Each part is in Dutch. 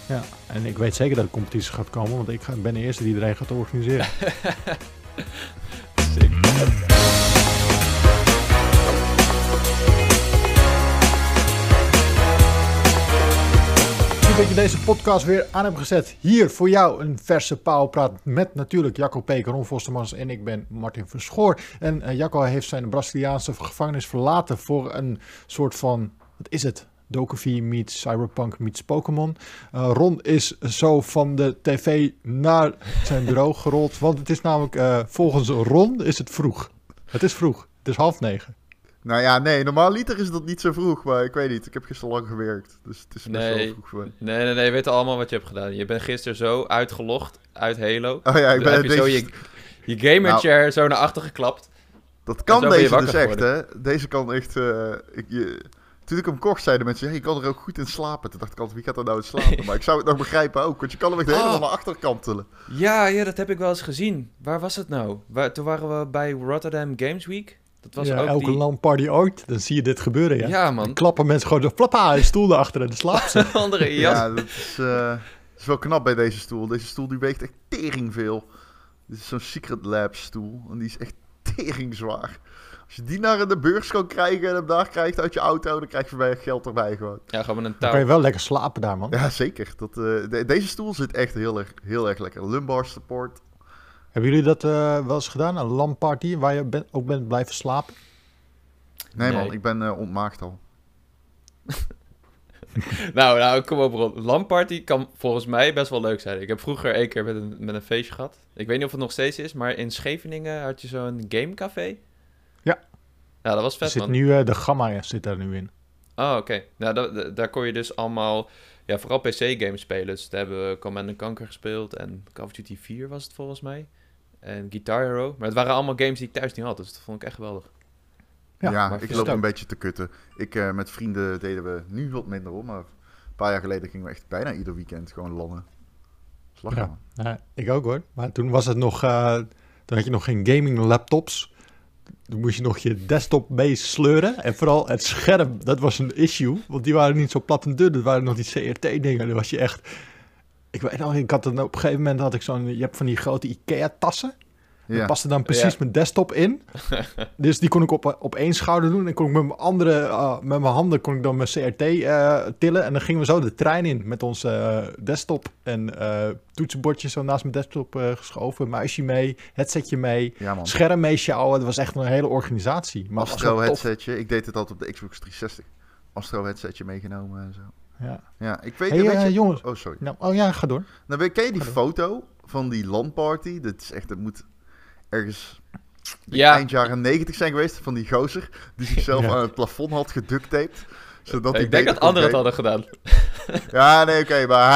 Ja, en ik weet zeker dat de competitie gaat komen, want ik ben de eerste die iedereen gaat organiseren. Sick. Goed dat je deze podcast weer aan hebt gezet. Hier voor jou een verse Pauwpraat met natuurlijk Jacco Peek, Ron Vostermans en ik ben Martin Verschoor. En Jacco heeft zijn Braziliaanse gevangenis verlaten voor een soort van, wat is het? Dokevie meets Cyberpunk meets Pokémon. Ron is zo van de tv naar zijn bureau gerold, want het is namelijk, volgens Ron is het vroeg. Het is vroeg, het is 8:30. Nou ja, nee, normaal liter is dat niet zo vroeg, maar ik weet niet. Ik heb gisteren lang gewerkt, dus het is best wel vroeg voor mij. Nee, we weten allemaal wat je hebt gedaan. Je bent gisteren zo uitgelogd uit Halo. Oh ja, ik ben heb je zo je gamer chair zo naar achter geklapt. Dat kan deze dus echt, geworden. hè. Deze kan echt... Toen ik hem kocht, zeiden mensen, je kan er ook goed in slapen. Toen dacht ik altijd, wie gaat er nou in slapen? Maar ik zou het nog begrijpen ook, want je kan hem echt helemaal naar achter kantelen. Ja, dat heb ik wel eens gezien. Waar was het nou? Toen waren we bij Rotterdam Games Week. Dat was ook elke LAN-party ooit, dan zie je dit gebeuren, ja. Ja, man. Dan klappen mensen gewoon, flappa, een stoel erachter en dan slapen ze. Andere jas. Ja, dat is wel knap bij deze stoel. Deze stoel die weegt echt tering veel. Dit is zo'n Secret Lab stoel en die is echt tering zwaar. Als je die naar de beurs kan krijgen en hem daar krijgt uit je auto, dan krijg je bij geld erbij gewoon. Ja, gewoon een Dan touw. kan je wel lekker slapen daar, man. Ja, zeker. Deze stoel zit echt heel erg lekker. Lumbar support. Hebben jullie dat wel eens gedaan? Een LAN-party waar je ook bent blijven slapen? Nee, Nee. man, ik ben ontmaagd al. Nou, kom op, Ron. LAN-party kan volgens mij best wel leuk zijn. Ik heb vroeger 1 keer met een feestje gehad. Ik weet niet of het nog steeds is, maar in Scheveningen had je zo'n gamecafé. Ja. Ja, dat was vet, Zit man. nu, de Gamma zit daar nu in. Oh, oké. Nou, daar kon je dus allemaal, ja, vooral PC-games spelen. Dus daar hebben we Command & Conquer gespeeld en Call of Duty 4 was het volgens mij. En Guitar Hero. Maar het waren allemaal games die ik thuis niet had, dus dat vond ik echt geweldig. Ja, Ja, maar ik is loop het een ook. beetje te kutten. Met vrienden deden we nu wat minder hoor, maar een paar jaar geleden gingen we echt bijna ieder weekend gewoon lannen. Slag, Ja, man. nou, ik ook hoor. Maar toen was het nog, toen had je nog geen gaming laptops. Toen moest je nog je desktop mee sleuren. En vooral het scherm, dat was een issue. Want die waren niet zo plat en dun. Dat waren nog die CRT-dingen. Dan was je echt... Ik weet nog, ik had op een gegeven moment had ik zo'n... Je hebt van die grote IKEA-tassen. Daar Ja. paste dan precies mijn desktop in. Dus die kon ik op één schouder doen. En kon ik met mijn met mijn handen kon ik dan mijn CRT tillen. En dan gingen we zo de trein in met onze desktop. En toetsenbordje zo naast mijn desktop geschoven. Muisje mee, headsetje mee, Ja, man. scherm mee sjouwen. Dat was echt een hele organisatie. Maar het was Astro wel tof. headsetje. Ik deed het altijd op de Xbox 360. Astro headsetje meegenomen en zo. Ja. Ja, ik weet... Hey, weet je... jongens. Oh, sorry. Nou, oh ja, ga door. Nou, ken je die Ga door. foto van die LAN-party? Dat moet ergens Ja. eind jaren 90 zijn geweest. Van die gozer die zichzelf Ja. aan het plafond had geductaped. Zodat hij Ik denk beter dat kon anderen het gamen. hadden gedaan. Ja, nee, oké, maar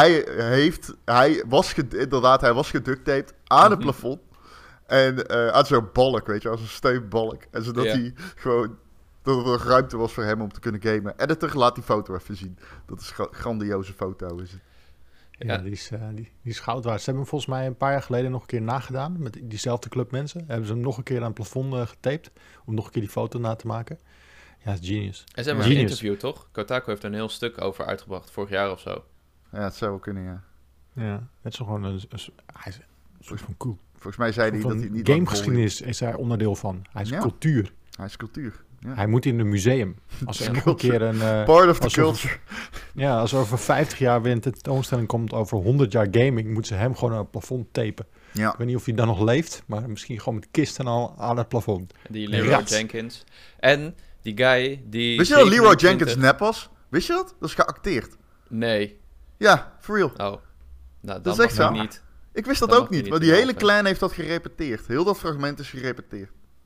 hij was geductaped aan het plafond. En aan zo'n balk, weet je, als een steunbalk. En zodat Ja. hij gewoon, dat er ruimte was voor hem om te kunnen gamen. Editor, laat die foto even zien. Dat is een grandioze foto, is het. Ja, die is goud waard. Ze hebben hem volgens mij een paar jaar geleden nog een keer nagedaan. Met diezelfde club mensen. Hebben ze hem nog een keer aan het plafond getaped. Om nog een keer die foto na te maken. Ja, het is genius. En ze hebben Genius. een interview, toch? Kotaku heeft er een heel stuk over uitgebracht, vorig jaar of zo. Ja, het zou wel kunnen, ja. Ja, het is gewoon hij is een soort van cool. Volgens mij zei hij dat hij Van niet... gamegeschiedenis is daar onderdeel van. Hij is Ja. cultuur. Hij is cultuur. Ja. Hij moet in een museum. Als er nog een keer een... Part of the als er- culture. Ja, als er over 50 jaar weer een tentoonstelling komt over 100 jaar gaming, moeten ze hem gewoon aan het plafond tapen. Ja. Ik weet niet of hij dan nog leeft, maar misschien gewoon met kisten al aan het plafond. Die Leroy Rats. Jenkins. En die guy die... Wist je dat Leroy 27 Jenkins nep was? Wist je dat? Dat is geacteerd. Nee. Ja, for real. Oh. Nou, Dat dat is echt mag zo. ik niet. Ik wist dat Dan ook mag hij niet, niet maar die in hele helpen. clan heeft dat gerepeteerd. Heel dat fragment is gerepeteerd.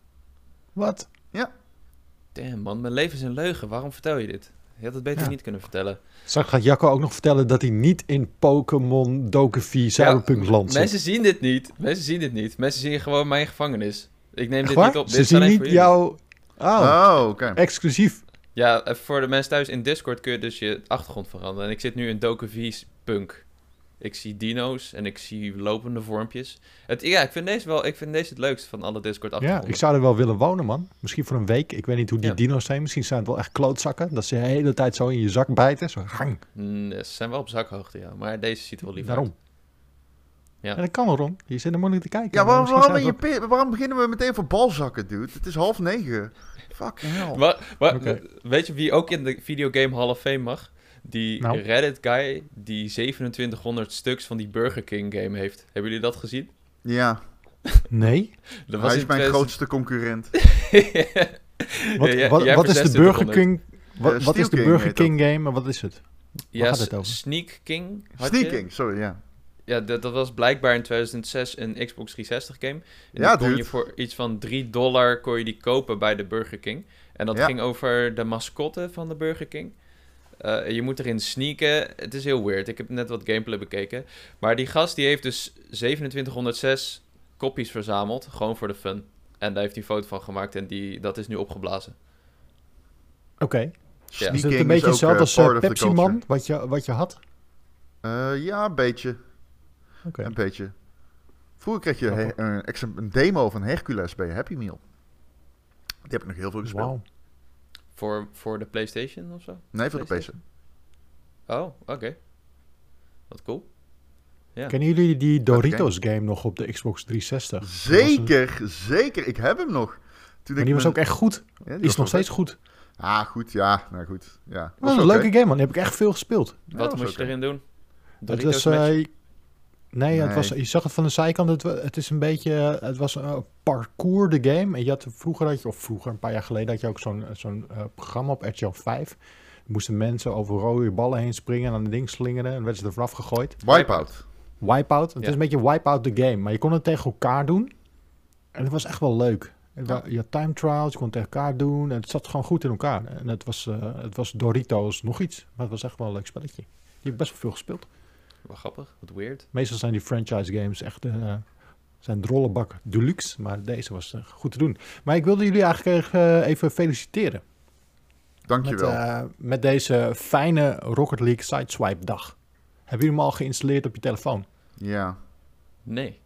Wat? Damn, man. Mijn leven is een leugen. Waarom vertel je dit? Je had het beter Ja. niet kunnen vertellen. Straks gaat Jacco ook nog vertellen dat hij niet in Pokémon, Dokevie, Cyberpunk land zit. Mensen zien dit niet. Mensen zien gewoon mijn gevangenis. Ik neem Echt dit waar? niet op. Ze Dit is zien alleen niet voor jullie. jouw... Oh, Oh, oké. exclusief. Ja, voor de mensen thuis in Discord kun je dus je achtergrond veranderen. En ik zit nu in Dokevie's Punk. Ik zie dino's en ik zie lopende vormpjes. Ik vind deze het leukst van alle Discord-achtergronden. Ja, ik zou er wel willen wonen, man. Misschien voor een week. Ik weet niet hoe die dino's zijn. Misschien zijn het wel echt klootzakken. Dat ze de hele tijd zo in je zak bijten. Zo, gang. Ze zijn wel op zakhoogte, ja. Maar deze ziet er wel lief Daarom. uit. Ja. En dat kan wel, Ron. Je zit er moeilijk te kijken. Ja, Maar misschien zijn waarom beginnen we meteen voor balzakken, dude? Het is 8:30. Fucking hell. Oké. Weet je wie ook in de Videogame Hall of Fame mag? Die Nou. Reddit guy die 2700 stuks van die Burger King game heeft. Hebben jullie dat gezien? Ja, Nee. Dat hij is in mijn 2000 grootste concurrent. Wat, Ja, wat, jij wat is de verzestigde Burger 100. King... Wat Steel is de King Burger heet King game en wat is het? Ja, gaat het over? Sneak King had je. Sneaking, sorry, ja. Ja, dat was blijkbaar in 2006 een Xbox 360 game. En Ja, die kon dude. je voor iets van $3 kon je die kopen bij de Burger King. En dat Ja. ging over de mascotte van de Burger King. Je moet erin sneaken. Het is heel weird. Ik heb net wat gameplay bekeken. Maar die gast die heeft dus 2706 kopies verzameld. Gewoon voor de fun. En daar heeft hij een foto van gemaakt. En dat is nu opgeblazen. Oké. Ja. Is het Sneaking een beetje ook, hetzelfde als part of the Pepsi culture. Man, wat je had? Ja, een beetje. Oké. Een beetje. Vroeger kreeg je Grappig. een demo van Hercules bij Happy Meal. Die heb ik nog heel veel gespeeld. Wauw. Voor de PlayStation of zo? Nee, voor de PC. PlayStation? Oh, oké. Wat cool. Ja. Kennen jullie die Doritos game nog op de Xbox 360? Zeker. Ik heb hem nog. Maar die was ook echt goed. Ja, Die is nog steeds goed. goed, ja. Nou goed, ja. Dat was een oké. leuke game, man. Die heb ik echt veel gespeeld. Wat was moest je oké. erin doen? Het Doritos was, match? nee, het Nee. was, je zag het van de zijkant. Het is een beetje, het was een parcours de game. En je had vroeger, een paar jaar geleden, had je ook zo'n programma op RTL 5. Er moesten mensen over rode ballen heen springen en aan de ding slingeren. En dan werden ze er vanaf gegooid. Wipeout. Wipeout. Het Ja. is een beetje Wipeout de game. Maar je kon het tegen elkaar doen. En het was echt wel leuk. Je had time trials, je kon het tegen elkaar doen. En het zat gewoon goed in elkaar. En het was Doritos nog iets. Maar het was echt wel een leuk spelletje. Die heb ik best wel veel gespeeld. Wel grappig, wat weird. Meestal zijn die franchise games echt zijn drollenbak deluxe. Maar deze was goed te doen. Maar ik wilde jullie eigenlijk even feliciteren. Dankjewel. Met deze fijne Rocket League Sideswipe dag. Hebben jullie hem al geïnstalleerd op je telefoon? Ja. Nee.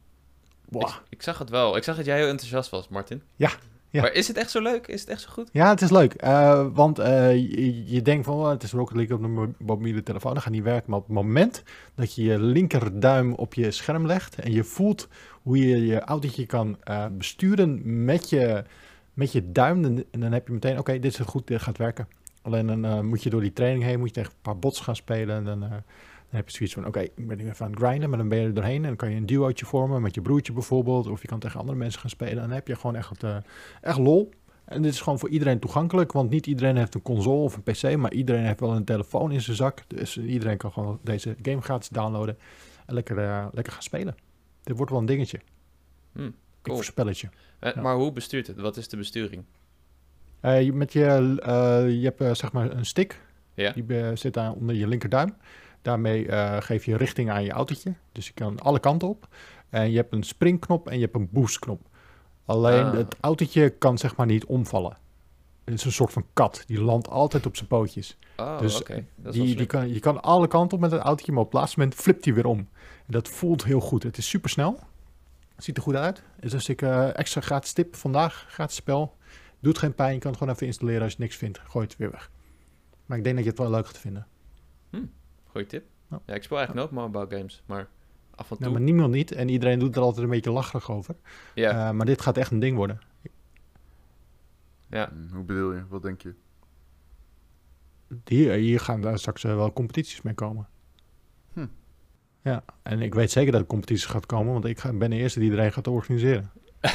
Wow. Ik zag het wel. Ik zag dat jij heel enthousiast was, Martin. Ja. Maar is het echt zo leuk? Is het echt zo goed? Ja, het is leuk. Want je denkt van, het is Rocket League op de mobiele telefoon. Dat gaat niet werken. Maar op het moment dat je je linkerduim op je scherm legt en je voelt hoe je je autootje kan besturen met je duim, dan heb je meteen, oké, dit is goed, dit gaat werken. Alleen dan moet je door die training heen, moet je tegen een paar bots gaan spelen. En dan heb je zoiets van, oké, ik ben nu even aan het grinden, maar dan ben je er doorheen. En dan kan je een duootje vormen met je broertje bijvoorbeeld. Of je kan tegen andere mensen gaan spelen. En dan heb je gewoon echt lol. En dit is gewoon voor iedereen toegankelijk, want niet iedereen heeft een console of een PC, maar iedereen heeft wel een telefoon in zijn zak. Dus iedereen kan gewoon deze game gratis downloaden en lekker gaan spelen. Dit wordt wel een dingetje. Ik Cool. voorspel het je. Ja. Maar hoe bestuurt het? Wat is de besturing? Je hebt zeg maar een stick, Ja. die zit daar onder je linkerduim. Daarmee geef je richting aan je autootje. Dus je kan alle kanten op. En je hebt een springknop en je hebt een boostknop. Alleen het autootje kan zeg maar niet omvallen. Het is een soort van kat. Die landt altijd op zijn pootjes. Oh, Dus oké. Dat is wel slim. je kan alle kanten op met het autootje, maar op het laatste moment flipt hij weer om. En dat voelt heel goed. Het is super snel. Ziet er goed uit. Dus ik extra gratis tip vandaag. Gratis spel. Doet geen pijn. Je kan het gewoon even installeren. Als je niks vindt, gooi het weer weg. Maar ik denk dat je het wel leuk gaat vinden. Goeie tip. Ja. Ja, ik speel eigenlijk nooit mobile games, maar af en toe. Nou, maar niemand niet. En iedereen doet er altijd een beetje lacherig over. Ja, Maar dit gaat echt een ding worden. ja. Hoe bedoel je? Wat denk je? Hier gaan daar straks wel competities mee komen. Ja, en ik weet zeker dat er competities gaat komen, want ik ben de eerste die iedereen gaat organiseren.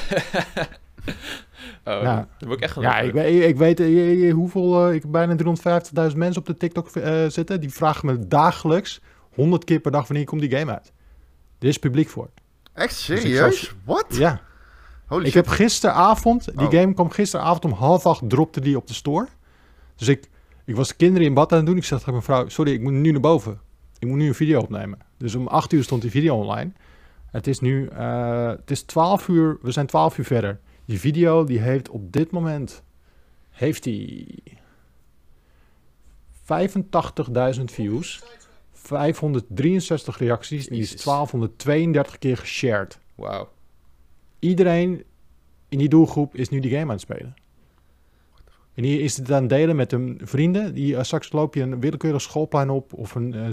Oh, Ja. dat moet ik echt gaan Ja, doen. ik weet hoeveel, ik heb bijna 350.000 mensen op de TikTok zitten. Die vragen me dagelijks, 100 keer per dag, wanneer komt die game uit? Er is publiek voor. Echt Dus ik serieus? Wat? Ja, Holy ik shit. heb gisteravond, die Oh. game kwam gisteravond om 7:30, dropte die op de store. Dus ik was de kinderen in bad aan het doen. Ik zeg tegen mijn vrouw, sorry, ik moet nu naar boven. Ik moet nu een video opnemen. Dus om 8 uur stond die video online. Het is nu, het is 12 uur, we zijn 12 uur verder. Die video, die heeft op dit moment, heeft die 85.000 views, 563 reacties. Die is Jezus. 1232 keer geshared. Wauw. Iedereen in die doelgroep is nu die game aan het spelen. En hier is het aan het delen met hun vrienden. Die, straks loop je een willekeurig schoolplein op of een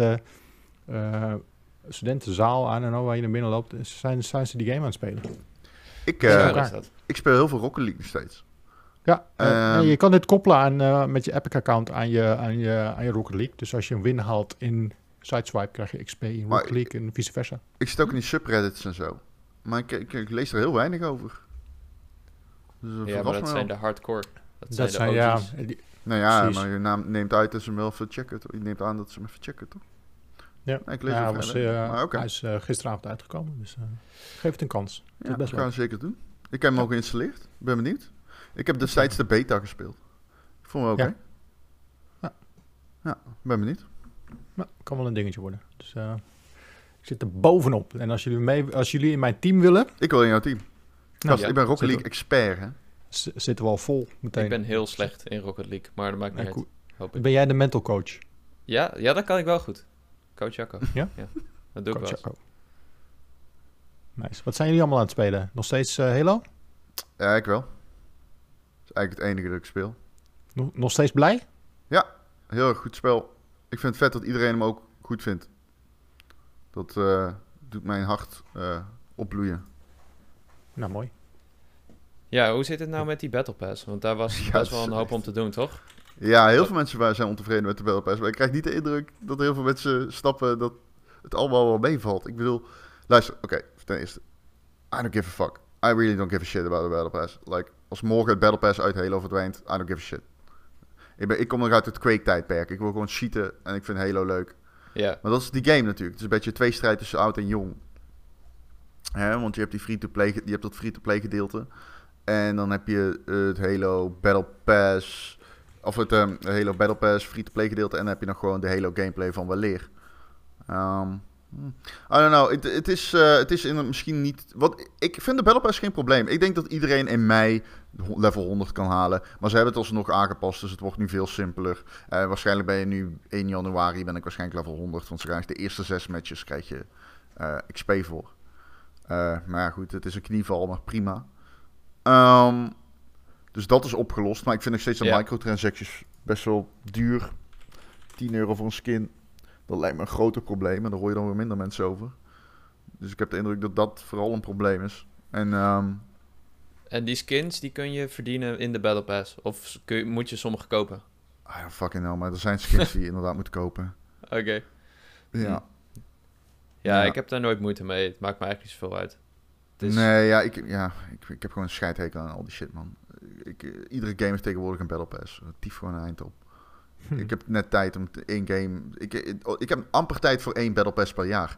studentenzaal aan en waar je naar binnen loopt. Zijn ze die game aan het spelen. Ik, Zo elkaar. is dat. ik speel heel veel Rocket League nog steeds. Ja, Ehm. je kan dit koppelen aan, met je Epic-account aan je Rocket League. Dus als je een win haalt in Sideswipe, krijg je XP in Maar Rocket League en vice versa. Ik zit ook in die subreddits en zo. Maar ik lees er heel weinig over. Dus dat Ja, maar verrast dat me zijn wel. de hardcore. Dat Dat zijn zijn, de OG's. Nou ja, precies. maar je neemt uit dat ze hem wel even checken. Je neemt aan dat ze hem even checken, toch? Ja, Nee, ik lees ja, het hij, was, verder. Maar oké. hij is gisteravond uitgekomen, dus geef het een kans. Het Ja, is best dat gaan we leuk. zeker doen. Ik heb hem Ja. al geïnstalleerd. Ik ben benieuwd. Ik heb destijds de beta gespeeld. Ik vond hem oké. Ja. Ja. Ja, ik ben benieuwd. Ja, kan wel een dingetje worden. Dus ik zit er bovenop. En als jullie in mijn team willen, Ik wil in jouw team. Gast, ja, ik ben Rocket zitten- League expert, hè? zitten we al vol meteen. Ik ben heel slecht in Rocket League, maar dat maakt niet Ja, uit. Hoop ik. Ben jij de mental coach? Ja, dat kan ik wel goed. Coach Jacco. Ja? Dat doe ik wel Coach eens. Jacco. Nice. Wat zijn jullie allemaal aan het spelen? Nog steeds Halo? Ja, ik wel. Dat is eigenlijk het enige dat ik speel. Nog steeds blij? Heel erg goed spel. Ik vind het vet dat iedereen hem ook goed vindt. Dat doet mijn hart opbloeien. Nou, mooi. Ja, hoe zit het nou met die Battle Pass? Want daar was Ja, best wel een dat is hoop om te doen, toch? Ja, heel veel mensen zijn ontevreden met de Battle Pass. Maar ik krijg niet de indruk dat heel veel mensen snappen dat het allemaal wel meevalt. Ik bedoel, luister, oké, ten eerste. I don't give a fuck. I really don't give a shit about the Battle Pass. Like, als morgen het Battle Pass uit Halo verdwijnt, I don't give a shit. Ik kom nog uit het Quake-tijdperk. Ik wil gewoon cheaten en ik vind Halo leuk. Ja. Maar dat is die game natuurlijk. Het is een beetje een tweestrijd tussen oud en jong. Want je hebt die je hebt dat free-to-play gedeelte. En dan heb je het Halo Battle Pass. Of het Halo Battle Pass free-to-play gedeelte. En dan heb je nog gewoon de Halo gameplay van weleer. I don't know. Het is misschien niet... Ik vind de Battle Pass geen probleem. Ik denk dat iedereen in mei level 100 kan halen. Maar ze hebben het alsnog aangepast. Dus het wordt nu veel simpeler. Waarschijnlijk ben je nu 1 januari. Ben ik waarschijnlijk level 100. Want waarschijnlijk de eerste 6 matches krijg je XP voor. Maar ja, goed. Het is een knieval, maar prima. Dus dat is opgelost. Maar ik vind nog steeds de Ja. microtransactions best wel duur. 10 euro voor een skin. Dat lijkt me een groter probleem. En daar hoor je dan weer minder mensen over. Dus ik heb de indruk dat dat vooral een probleem is. En En die skins, die kun je verdienen in de Battle Pass? Of moet je sommige kopen? I don't fucking know. Maar er zijn skins die je inderdaad moet kopen. Oké. Ja. Ja, Ja. ik heb daar nooit moeite mee. Het maakt me eigenlijk niet zoveel uit. Het is- Nee, ja, ik heb gewoon een scheidhekel aan al die shit, man. Iedere game heeft tegenwoordig een Battle Pass. Tief gewoon een eind op. Ik heb net tijd om één game... Ik heb amper tijd voor 1 Battle Pass per jaar.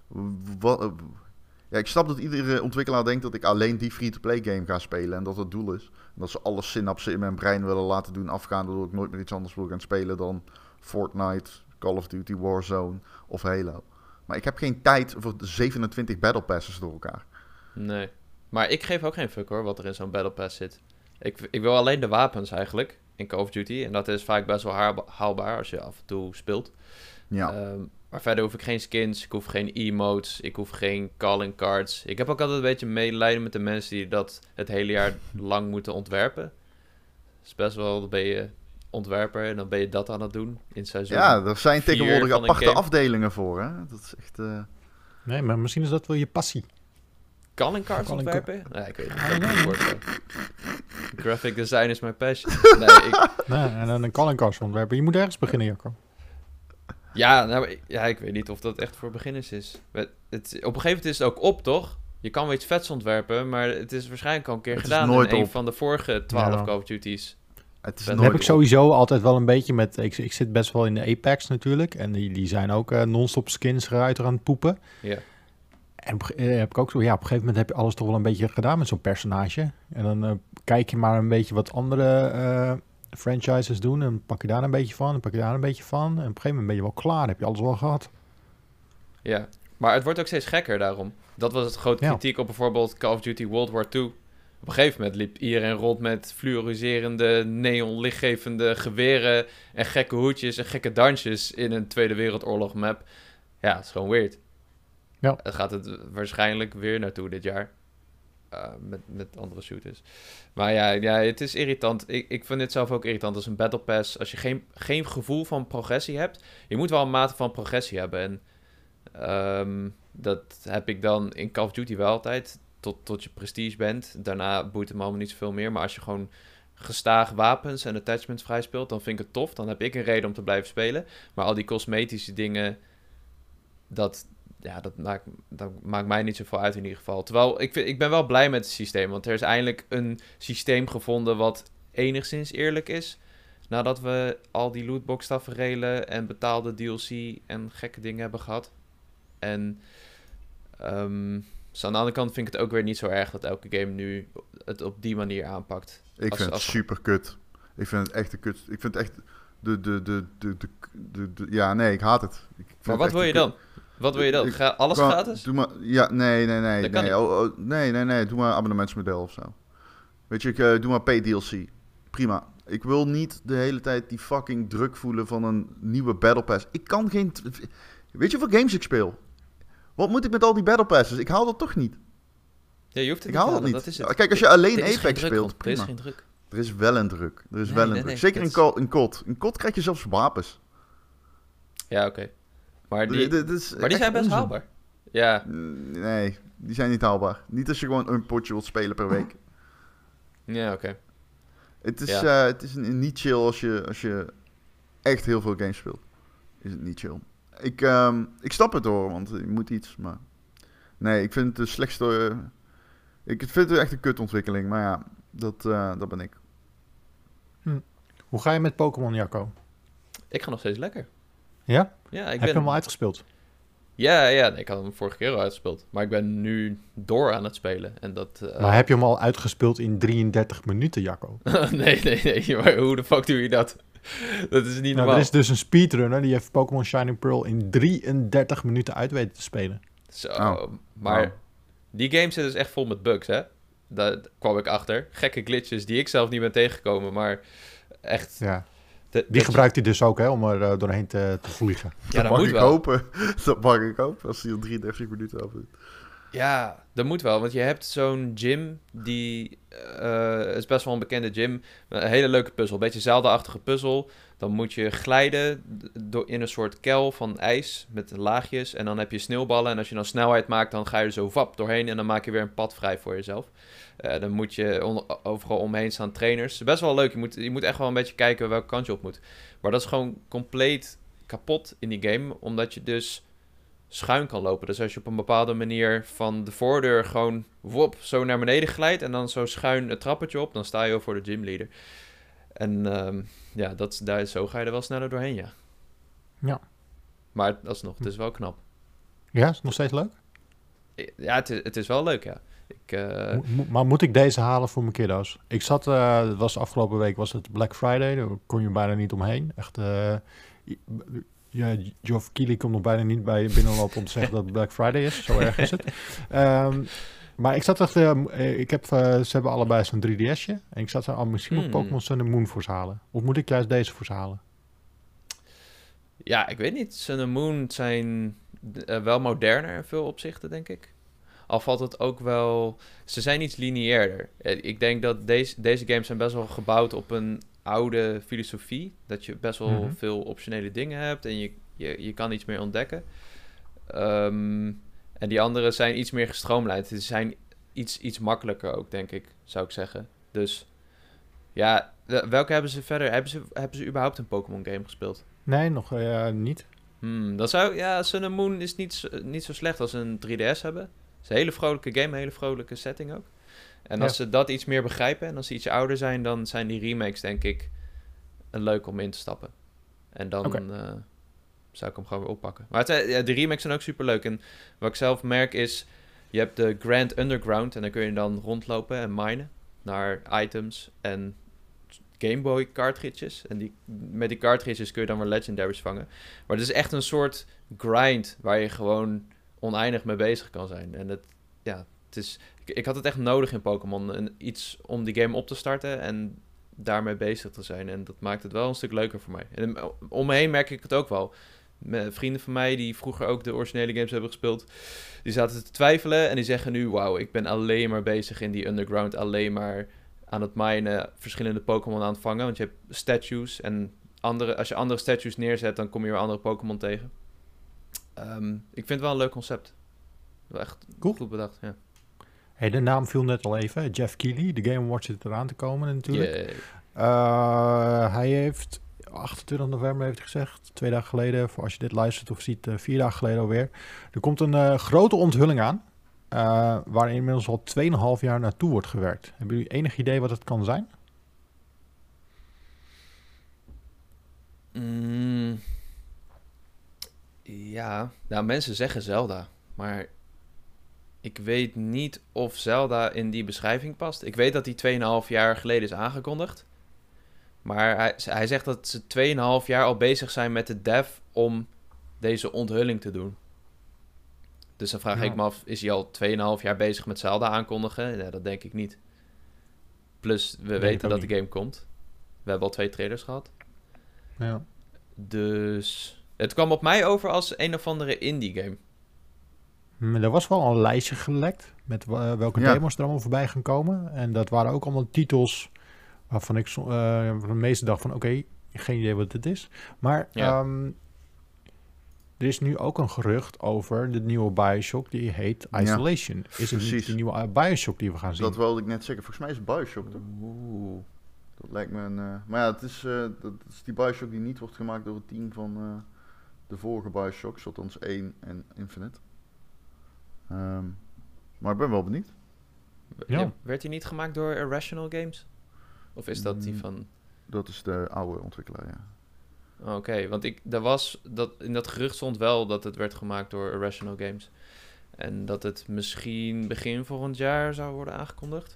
Ja, ik snap dat iedere ontwikkelaar denkt dat ik alleen die free-to-play game ga spelen. En dat het doel is. En dat ze alle synapsen in mijn brein willen laten doen afgaan. Waardoor ik nooit meer iets anders wil gaan spelen dan Fortnite, Call of Duty, Warzone of Halo. Maar ik heb geen tijd voor de 27 Battle Passes door elkaar. Nee. Maar ik geef ook geen fuck hoor, wat er in zo'n Battle Pass zit. Ik wil alleen de wapens eigenlijk in Call of Duty. En dat is vaak best wel haalbaar als je af en toe speelt. Ja. Maar verder hoef ik geen skins, ik hoef geen emotes, ik hoef geen calling cards. Ik heb ook altijd een beetje medelijden met de mensen die dat het hele jaar lang moeten ontwerpen. Het is best wel, dan ben je ontwerper en dan ben je dat aan het doen in seizoen. Ja, er zijn 4 tegenwoordig van een aparte game. afdelingen voor, hè. Dat is echt... Nee, maar misschien is dat wel je passie. Calling cards Calling ontwerpen? Nee, ik weet het Ah, niet. ja. Ik word zo. Graphic design is mijn passion. Nee, Nee, en dan een calling card ontwerpen. Je moet ergens beginnen, Jacco. ik weet niet of dat echt voor beginners is. Op een gegeven moment is het ook op, toch? Je kan wel iets vets ontwerpen, maar het is waarschijnlijk al een keer Het is gedaan nooit in een op. van de vorige 12 Ja. Call of Duties. Het is Dat Dat heb nooit ik sowieso altijd wel een beetje met... Ik zit best wel in de Apex natuurlijk. En die zijn ook non-stop skins eruit aan het poepen. Ja. En heb ik ook zo... Ja, op een gegeven moment heb je alles toch wel een beetje gedaan met zo'n personage. En dan kijk je maar een beetje wat andere franchises doen. En pak je daar een beetje van. En pak je daar een beetje van. En op een gegeven moment ben je wel klaar. Dan heb je alles wel gehad. Ja, maar het wordt ook steeds gekker daarom. Dat was het grote Ja. kritiek op bijvoorbeeld Call of Duty World War II. Op een gegeven moment liep iedereen rond met fluoriserende, neon-lichtgevende geweren en gekke hoedjes en gekke dansjes in een Tweede Wereldoorlog map. Ja, het is gewoon weird. Ja. Het gaat het waarschijnlijk weer naartoe dit jaar. Met andere shooters. Maar ja, het is irritant. Ik vind het zelf ook irritant als een Battle Pass. Als je geen gevoel van progressie hebt. Je moet wel een mate van progressie hebben. En dat heb ik dan in Call of Duty wel altijd. Tot je prestige bent. Daarna boeit het me allemaal niet zoveel meer. Maar als je gewoon gestaag wapens en attachments vrij speelt, dan vind ik het tof. Dan heb ik een reden om te blijven spelen. Maar al die cosmetische dingen, dat maakt mij niet zoveel uit in ieder geval. Terwijl, ik ben wel blij met het systeem. Want er is eindelijk een systeem gevonden wat enigszins eerlijk is. Nadat we al die lootbox taferelen en betaalde DLC en gekke dingen hebben gehad. En dus aan de andere kant vind ik het ook weer niet zo erg dat elke game nu het op die manier aanpakt. Ik vind het super kut. Ik vind het echt een kut. Ik vind het echt ja, nee, ik haat het. Maar wat wil je dan? Wat wil je dan? Alles gratis? Doe maar, ja, nee. Dat kan niet. Nee. Doe maar een abonnementsmodel of zo. Weet je, doe maar paid DLC. Prima. Ik wil niet de hele tijd die fucking druk voelen van een nieuwe Battle Pass. Ik kan geen... Weet je hoeveel games ik speel? Wat moet ik met al die Battle Passes? Ik haal dat toch niet. Ja, je hoeft het ik haal dat niet. Dat is het. Kijk, als je alleen Apex speelt, prima. Er is geen druk. Er is wel een druk. Nee, Zeker in COD. In COD krijg je zelfs wapens. Ja, oké. Maar die zijn best onzin. haalbaar. Ja. Nee, die zijn niet haalbaar. Niet als je gewoon een potje wilt spelen per week. Ja, oké. Het is niet chill als je echt heel veel games speelt. Is het niet chill. Ik snap het hoor, want je moet iets, maar... Nee, ik vind het de slechtste... Ik vind het echt een kutontwikkeling, maar ja, dat ben ik. Hoe ga je met Pokémon, Jacco? Ik ga nog steeds lekker. Ja? Heb je hem al uitgespeeld? Ja, nee, ik had hem vorige keer al uitgespeeld. Maar ik ben nu door aan het spelen. En dat, Maar heb je hem al uitgespeeld in 33 minuten, Jacco? nee. Maar hoe de fuck doe je dat? Dat is niet normaal. Er is dus een speedrunner die heeft Pokémon Shining Pearl in 33 minuten uit weten te spelen. Zo, maar die game zit dus echt vol met bugs, hè? Daar kwam ik achter. Gekke glitches die ik zelf niet ben tegengekomen, maar echt... Ja. Die gebruikt hij dus ook, hè, om er doorheen te vliegen. Ja, dat moet wel. Dat mag ik hopen, als hij al 33 minuten af doet. Ja, dat moet wel, want je hebt zo'n gym, die is best wel een bekende gym. Een hele leuke puzzel, een beetje Zelda-achtige puzzel. Dan moet je glijden in een soort kel van ijs met laagjes. En dan heb je sneeuwballen en als je dan snelheid maakt, dan ga je er zo vap doorheen. En dan maak je weer een pad vrij voor jezelf. Dan moet je overal omheen staan trainers. Best wel leuk, je moet echt wel een beetje kijken welke kant je op moet. Maar dat is gewoon compleet kapot in die game, omdat je dus schuin kan lopen. Dus als je op een bepaalde manier van de voordeur gewoon zo naar beneden glijdt en dan zo schuin het trappetje op, dan sta je al voor de gymleader. En zo ga je er wel sneller doorheen, ja. Ja. Maar alsnog, het is wel knap. Ja, is het nog steeds leuk? Ja, het is wel leuk, ja. Maar moet ik deze halen voor mijn kiddo's? Ik zat, het was afgelopen week, was het Black Friday, daar kon je bijna niet omheen. Echt, Geoff Keighley komt nog bijna niet bij binnenlopen om te zeggen dat het Black Friday is. Zo erg is het. Maar ik zat echt, ze hebben allebei zo'n 3DS'je. En ik zat er misschien ook Pokémon Sun and Moon voor ze halen. Of moet ik juist deze voor ze halen? Ja, ik weet niet. Sun and Moon zijn wel moderner in veel opzichten, denk ik. Al valt het ook wel... Ze zijn iets lineairder. Ik denk dat deze games zijn best wel gebouwd op een oude filosofie. Dat je best wel veel optionele dingen hebt en je kan iets meer ontdekken. En die andere zijn iets meer gestroomlijnd. Ze zijn iets makkelijker ook, denk ik, zou ik zeggen. Dus ja, welke hebben ze verder? Hebben ze überhaupt een Pokémon game gespeeld? Nee, nog niet. Dan Sun and Moon is niet zo slecht als een 3DS hebben. Het is een hele vrolijke game, een hele vrolijke setting ook. En als ze dat iets meer begrijpen en als ze iets ouder zijn, dan zijn die remakes denk ik leuk om in te stappen. En dan zou ik hem gewoon weer oppakken. Maar de remakes zijn ook super leuk. En wat ik zelf merk is, je hebt de Grand Underground en dan kun je dan rondlopen en minen naar items en Game Boy cartridges. En met die cartridges kun je dan weer legendaries vangen. Maar het is echt een soort grind waar je gewoon oneindig mee bezig kan zijn. En Ik had het echt nodig in Pokémon. Iets om die game op te starten en daarmee bezig te zijn. En dat maakt het wel een stuk leuker voor mij. En om me heen merk ik het ook wel. Vrienden van mij die vroeger ook de originele games hebben gespeeld, die zaten te twijfelen en die zeggen nu, wauw, ik ben alleen maar bezig in die underground, alleen maar aan het minen, verschillende Pokémon aan het vangen, want je hebt statues en als je andere statues neerzet, dan kom je weer andere Pokémon tegen. Ik vind het wel een leuk concept. Wel echt Cool. goed bedacht, ja. Hey, de naam viel net al even. Jeff Keighley, de Game Awards zit eraan te komen natuurlijk. Yeah. Hij heeft 28 november heeft hij gezegd, 2 dagen geleden, voor als je dit luistert of ziet, 4 dagen geleden alweer. Er komt een grote onthulling aan, waar inmiddels al 2,5 jaar naartoe wordt gewerkt. Hebben jullie enig idee wat het kan zijn? Ja, nou mensen zeggen Zelda, maar ik weet niet of Zelda in die beschrijving past. Ik weet dat die 2,5 jaar geleden is aangekondigd. Maar hij zegt dat ze 2,5 jaar al bezig zijn met de dev om deze onthulling te doen. Dus dan vraag ik me af, is hij al 2,5 jaar bezig met Zelda aankondigen? Ja, dat denk ik niet. Plus, we weten dat de game komt. We hebben al 2 trailers gehad. Ja. Dus het kwam op mij over als een of andere indie game. Er was wel een lijstje gelekt met welke demos er allemaal voorbij gaan komen. En dat waren ook allemaal titels waarvan ik de meeste dacht van oké, geen idee wat het is. Maar er is nu ook een gerucht over de nieuwe Bioshock die heet Isolation. Ja, is het niet de nieuwe Bioshock die we gaan zien? Dat wilde ik net zeggen. Volgens mij is het Bioshock toch? Oeh. Dat lijkt me een... maar ja, het is die Bioshock die niet wordt gemaakt door het team van de vorige Bioshocks. Althans 1 en Infinite. Maar ik ben wel benieuwd. Ja. Werd die niet gemaakt door Irrational Games? Of is dat die van... Dat is de oude ontwikkelaar, ja. Oké, want in dat gerucht stond wel dat het werd gemaakt door Irrational Games. En dat het misschien begin volgend jaar zou worden aangekondigd.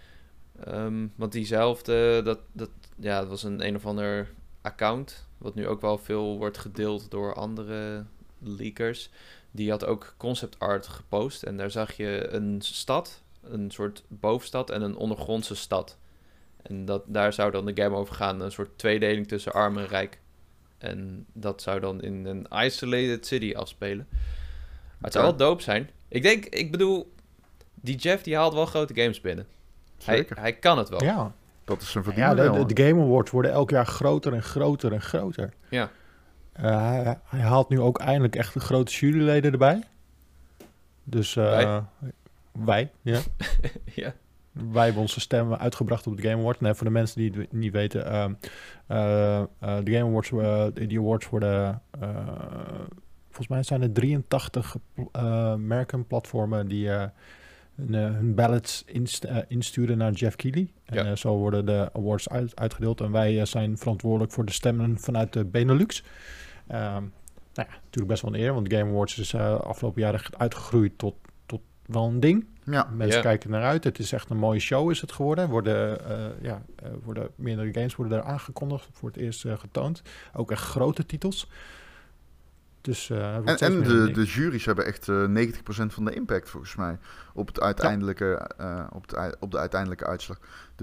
Want diezelfde, dat was een of ander account, wat nu ook wel veel wordt gedeeld door andere leakers. Die had ook concept art gepost en daar zag je een stad, een soort bovenstad en een ondergrondse stad. En daar zou dan de game over gaan, een soort tweedeling tussen arm en rijk. En dat zou dan in een isolated city afspelen. Maar het zou wel dope zijn. Ik bedoel, die Jeff die haalt wel grote games binnen. Hij kan het wel. Ja. Dat is zijn verdiende. Ja, de Game Awards worden elk jaar groter en groter en groter. Ja. Hij haalt nu ook eindelijk echt de grote juryleden erbij. Dus wij, ja. Ja. Wij hebben onze stemmen uitgebracht op de Game Awards. Nee, voor de mensen die het niet weten, de Game Awards, die awards worden, volgens mij zijn er 83 merkenplatformen die hun ballots insturen naar Jeff Keighley. En zo worden de awards uitgedeeld. En wij zijn verantwoordelijk voor de stemmen vanuit de Benelux. Natuurlijk best wel een eer, want de Game Awards is afgelopen jaren uitgegroeid tot wel een ding. Ja. Mensen kijken naar uit. Het is echt een mooie show is het geworden. Worden meerdere games worden er aangekondigd. Voor het eerst getoond. Ook echt grote titels. Dus, en de juries hebben echt 90% van de impact volgens mij op het uiteindelijke, op de uiteindelijke uitslag.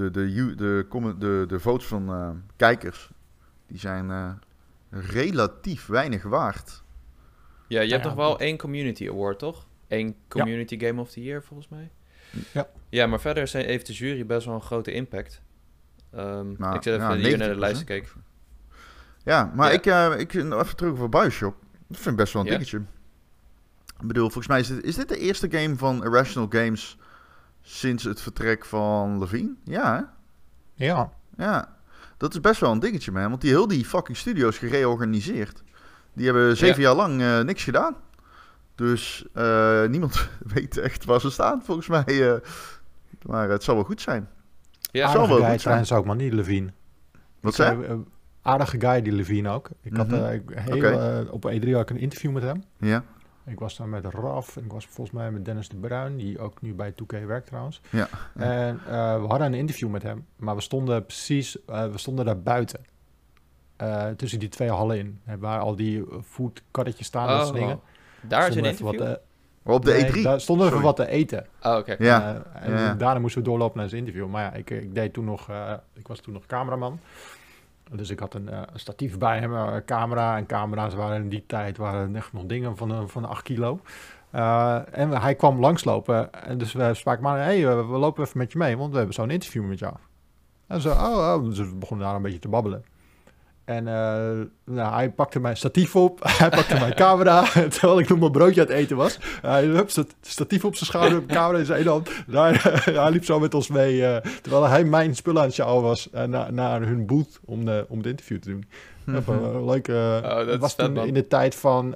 De votes van kijkers die zijn relatief weinig waard. Ja, je hebt nog wel 1 community award, toch? 1 community game of the year volgens mij. Ja. Ja, maar verder heeft de jury best wel een grote impact. Ik zit even hier naar de lijst te kijken. Ja, maar ik even terug over Bioshock. Dat vind ik best wel een dingetje. Ik bedoel, volgens mij is dit de eerste game van Irrational Games sinds het vertrek van Levine? Ja, hè? Ja. Dat is best wel een dingetje, man. Want die fucking studio's gereorganiseerd. Die hebben 7 jaar lang niks gedaan. Dus niemand weet echt waar ze staan, volgens mij. Maar het zal wel goed zijn. Ja, aardige guy trouwens zijn. Ook, maar niet Levine. Wat zei? Aardige guy, die Levine ook. Ik had op E3 had ik een interview met hem. Ja. Ik was daar met Raf en ik was volgens mij met Dennis de Bruin, die ook nu bij 2K werkt trouwens. Ja. En we hadden een interview met hem, maar we stonden daar buiten. Tussen die 2 hallen in. Waar al die foodkarretjes staan, dat soort dingen. Daar is een interview? Maar op de Nee, E3? daar stonden we even Sorry. wat te eten. Oh, oké. Ja. En Ja. daarna moesten we doorlopen naar zijn interview. Maar ja, ik deed toen nog... ik was toen nog cameraman. Dus ik had een statief bij hem, camera. En camera's waren in die tijd echt nog dingen van 8 kilo. En hij kwam langslopen. En dus we spraken maar, hey, we lopen even met je mee, want we hebben zo'n interview met jou. En zo, Dus we begonnen daar een beetje te babbelen. En hij pakte mijn statief op, hij pakte mijn camera, terwijl ik nog mijn broodje aan het eten was. Hij hup, statief op zijn schouder, de camera in zijn hand. Hij liep zo met ons mee, terwijl hij mijn spullen aan het sjouwen was, naar hun booth om het interview te doen. Leuk. dat Het was is vet, toen man. in de tijd van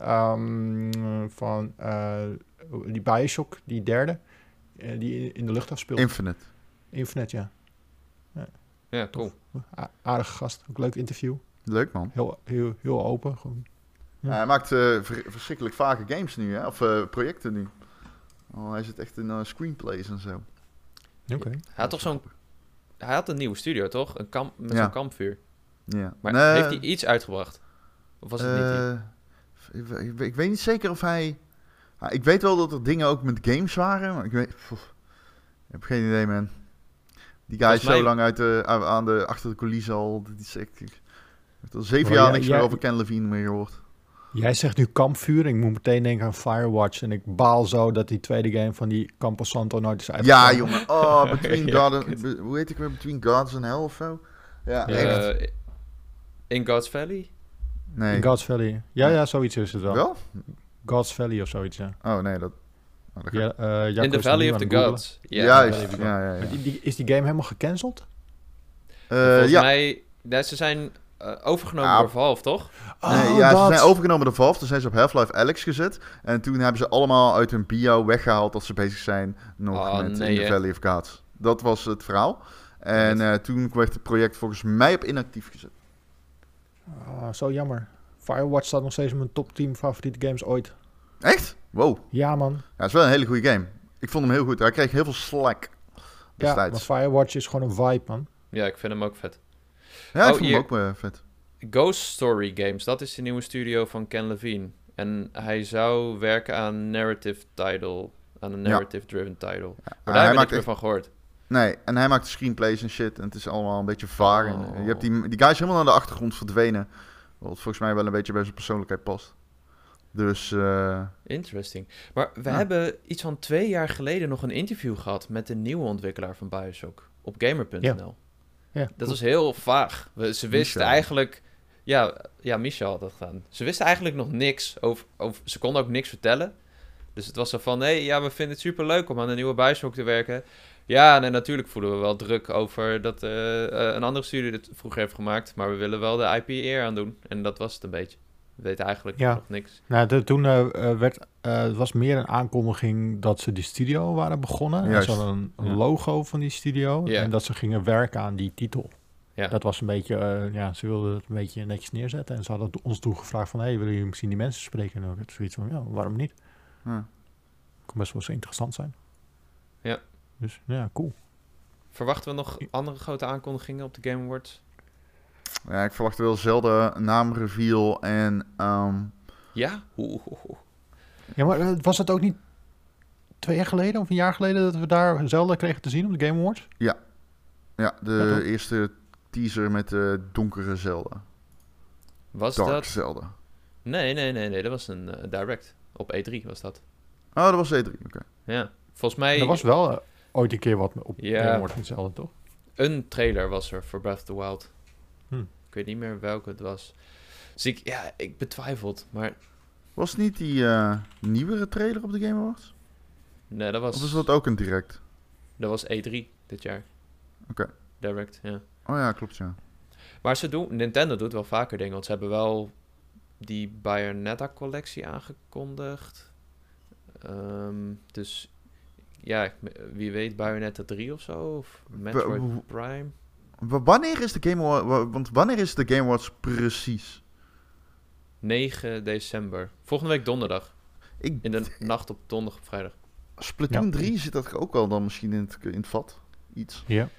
die Bioshock, die derde, die in de lucht afspeelde. Infinite. Infinite, ja. Ja, cool. Aardige gast, ook leuk interview. Leuk, man. Heel open. Gewoon. Ja. Hij maakt verschrikkelijk vage games nu, hè? Of projecten nu. Oh, hij zit echt in screenplays en zo. Oké. Hij had een nieuwe studio, toch? Een kamp met Ja. zo'n kampvuur. Ja. Maar Nee, heeft hij iets uitgebracht? Of was het niet die? ik weet niet zeker of hij... ik weet wel dat er dingen ook met games waren, maar ik heb geen idee, man. Die guy Volgens is zo mij- lang achter de coulissen al. Dat is echt... Ik heb al 7 Maar jaar jij- niks meer jij- over Ken Levine meer gehoord. Jij zegt nu kampvuur. Ik moet meteen denken aan Firewatch. En ik baal zo dat die tweede game van die Campo Santo nooit is uitgekomen. Ja, jongen. Oh, Between Ja, God... hoe heet ik weer? Between Gods and Hell of zo? Ja, echt. In God's Valley? Nee. In God's Valley. Ja, zoiets is het wel. Wel? God's Valley of zoiets, ja. Oh, nee, dat... Ja, Jacco In the is Valley nu of aan the het googlen. Gods. Juist. Valley of the Ja, ja, Maar ja. is die game helemaal gecanceld? Volgens Ja. mij... Ja, ze zijn overgenomen Ah. door Valve, toch? Nee, ja, ze zijn overgenomen door Valve. Toen zijn ze op Half-Life Alyx gezet. En toen hebben ze allemaal uit hun bio weggehaald dat ze bezig zijn nog met nee, In the hè? Valley of Gods. Dat was het verhaal. En toen werd het project volgens mij op inactief gezet. Zo jammer. Firewatch staat nog steeds in mijn top 10 favoriete games ooit. Echt? Wow. Ja, man. Ja, het is wel een hele goede game. Ik vond hem heel goed. Hij kreeg heel veel slack Ja, maar destijds. Firewatch is gewoon een vibe, man. Ja, ik vind hem ook vet. Ja, ik Oh, vond hem ook vet. Ghost Story Games, dat is de nieuwe studio van Ken Levine. En hij zou werken aan een narrative-driven title. Maar daar hij heb ik maakt niks meer echt- van gehoord. Nee, en hij maakt screenplays en shit. En het is allemaal een beetje vaag. En, Oh. je hebt die guy is helemaal naar de achtergrond verdwenen. Wat volgens mij wel een beetje bij zijn persoonlijkheid past. Dus... Interesting. Maar we Ja. hebben iets van 2 jaar geleden nog een interview gehad met de nieuwe ontwikkelaar van Bioshock op gamer.nl. Ja, Dat cool. was heel vaag. Ze wisten Michel. eigenlijk... Ja, Michel had dat gedaan. Ze wisten eigenlijk nog niks over... Ze konden ook niks vertellen. Dus het was zo van... we vinden het superleuk om aan de nieuwe Bioshock te werken. Ja, en natuurlijk voelen we wel druk over dat een andere studio dit vroeger heeft gemaakt. Maar we willen wel de IP eer aan doen. En dat was het een beetje. We weten eigenlijk Ja. nog niks. Nou, toen het was meer een aankondiging dat ze die studio waren begonnen. En Juist. ze hadden een Ja. logo van die studio. Ja. En dat ze gingen werken aan die titel. Ja. Dat was een beetje, ze wilden het een beetje netjes neerzetten. En ze hadden ons toen gevraagd van, willen jullie misschien die mensen spreken? En ook het zoiets van, ja, waarom niet? ja. Kan best wel eens interessant zijn. Ja. Dus ja, cool. Verwachten we nog andere grote aankondigingen op de Game Awards? Ja, ik verwacht wel Zelda naamreveal en... Ja? Ja, maar was het ook niet 2 jaar geleden of een jaar geleden dat we daar Zelda kregen te zien op de Game Awards? ja, Ja, de toch? eerste teaser met de donkere Zelda. Was Dark dat... Zelda. Nee. Dat was een direct. Op E3 was dat. Oh, dat was E3, oké. Ja. Volgens mij... Er was wel ooit een keer wat op Ja. Game Awards met Zelda, toch? Een trailer was er voor Breath of the Wild. Hm. Ik weet niet meer welke het was. Dus ik betwijfel het. Maar Was het niet die nieuwere trailer op de Game Awards? nee, dat Of is was, dat ook een direct? dat was E3 dit jaar. Oké. Direct, ja. Oh ja, klopt, ja. Maar Nintendo doet wel vaker dingen. Want ze hebben wel die Bayonetta-collectie aangekondigd. Dus ja, wie weet Bayonetta 3 of zo. Of Metroid Prime. Wanneer is de Game Awards... Want wanneer is de Game Awards precies? 9 december. Volgende week donderdag. Ik, In de nacht op donderdag op vrijdag. Splatoon Ja. 3 zit dat ook wel dan misschien in het vat. Iets. Ja.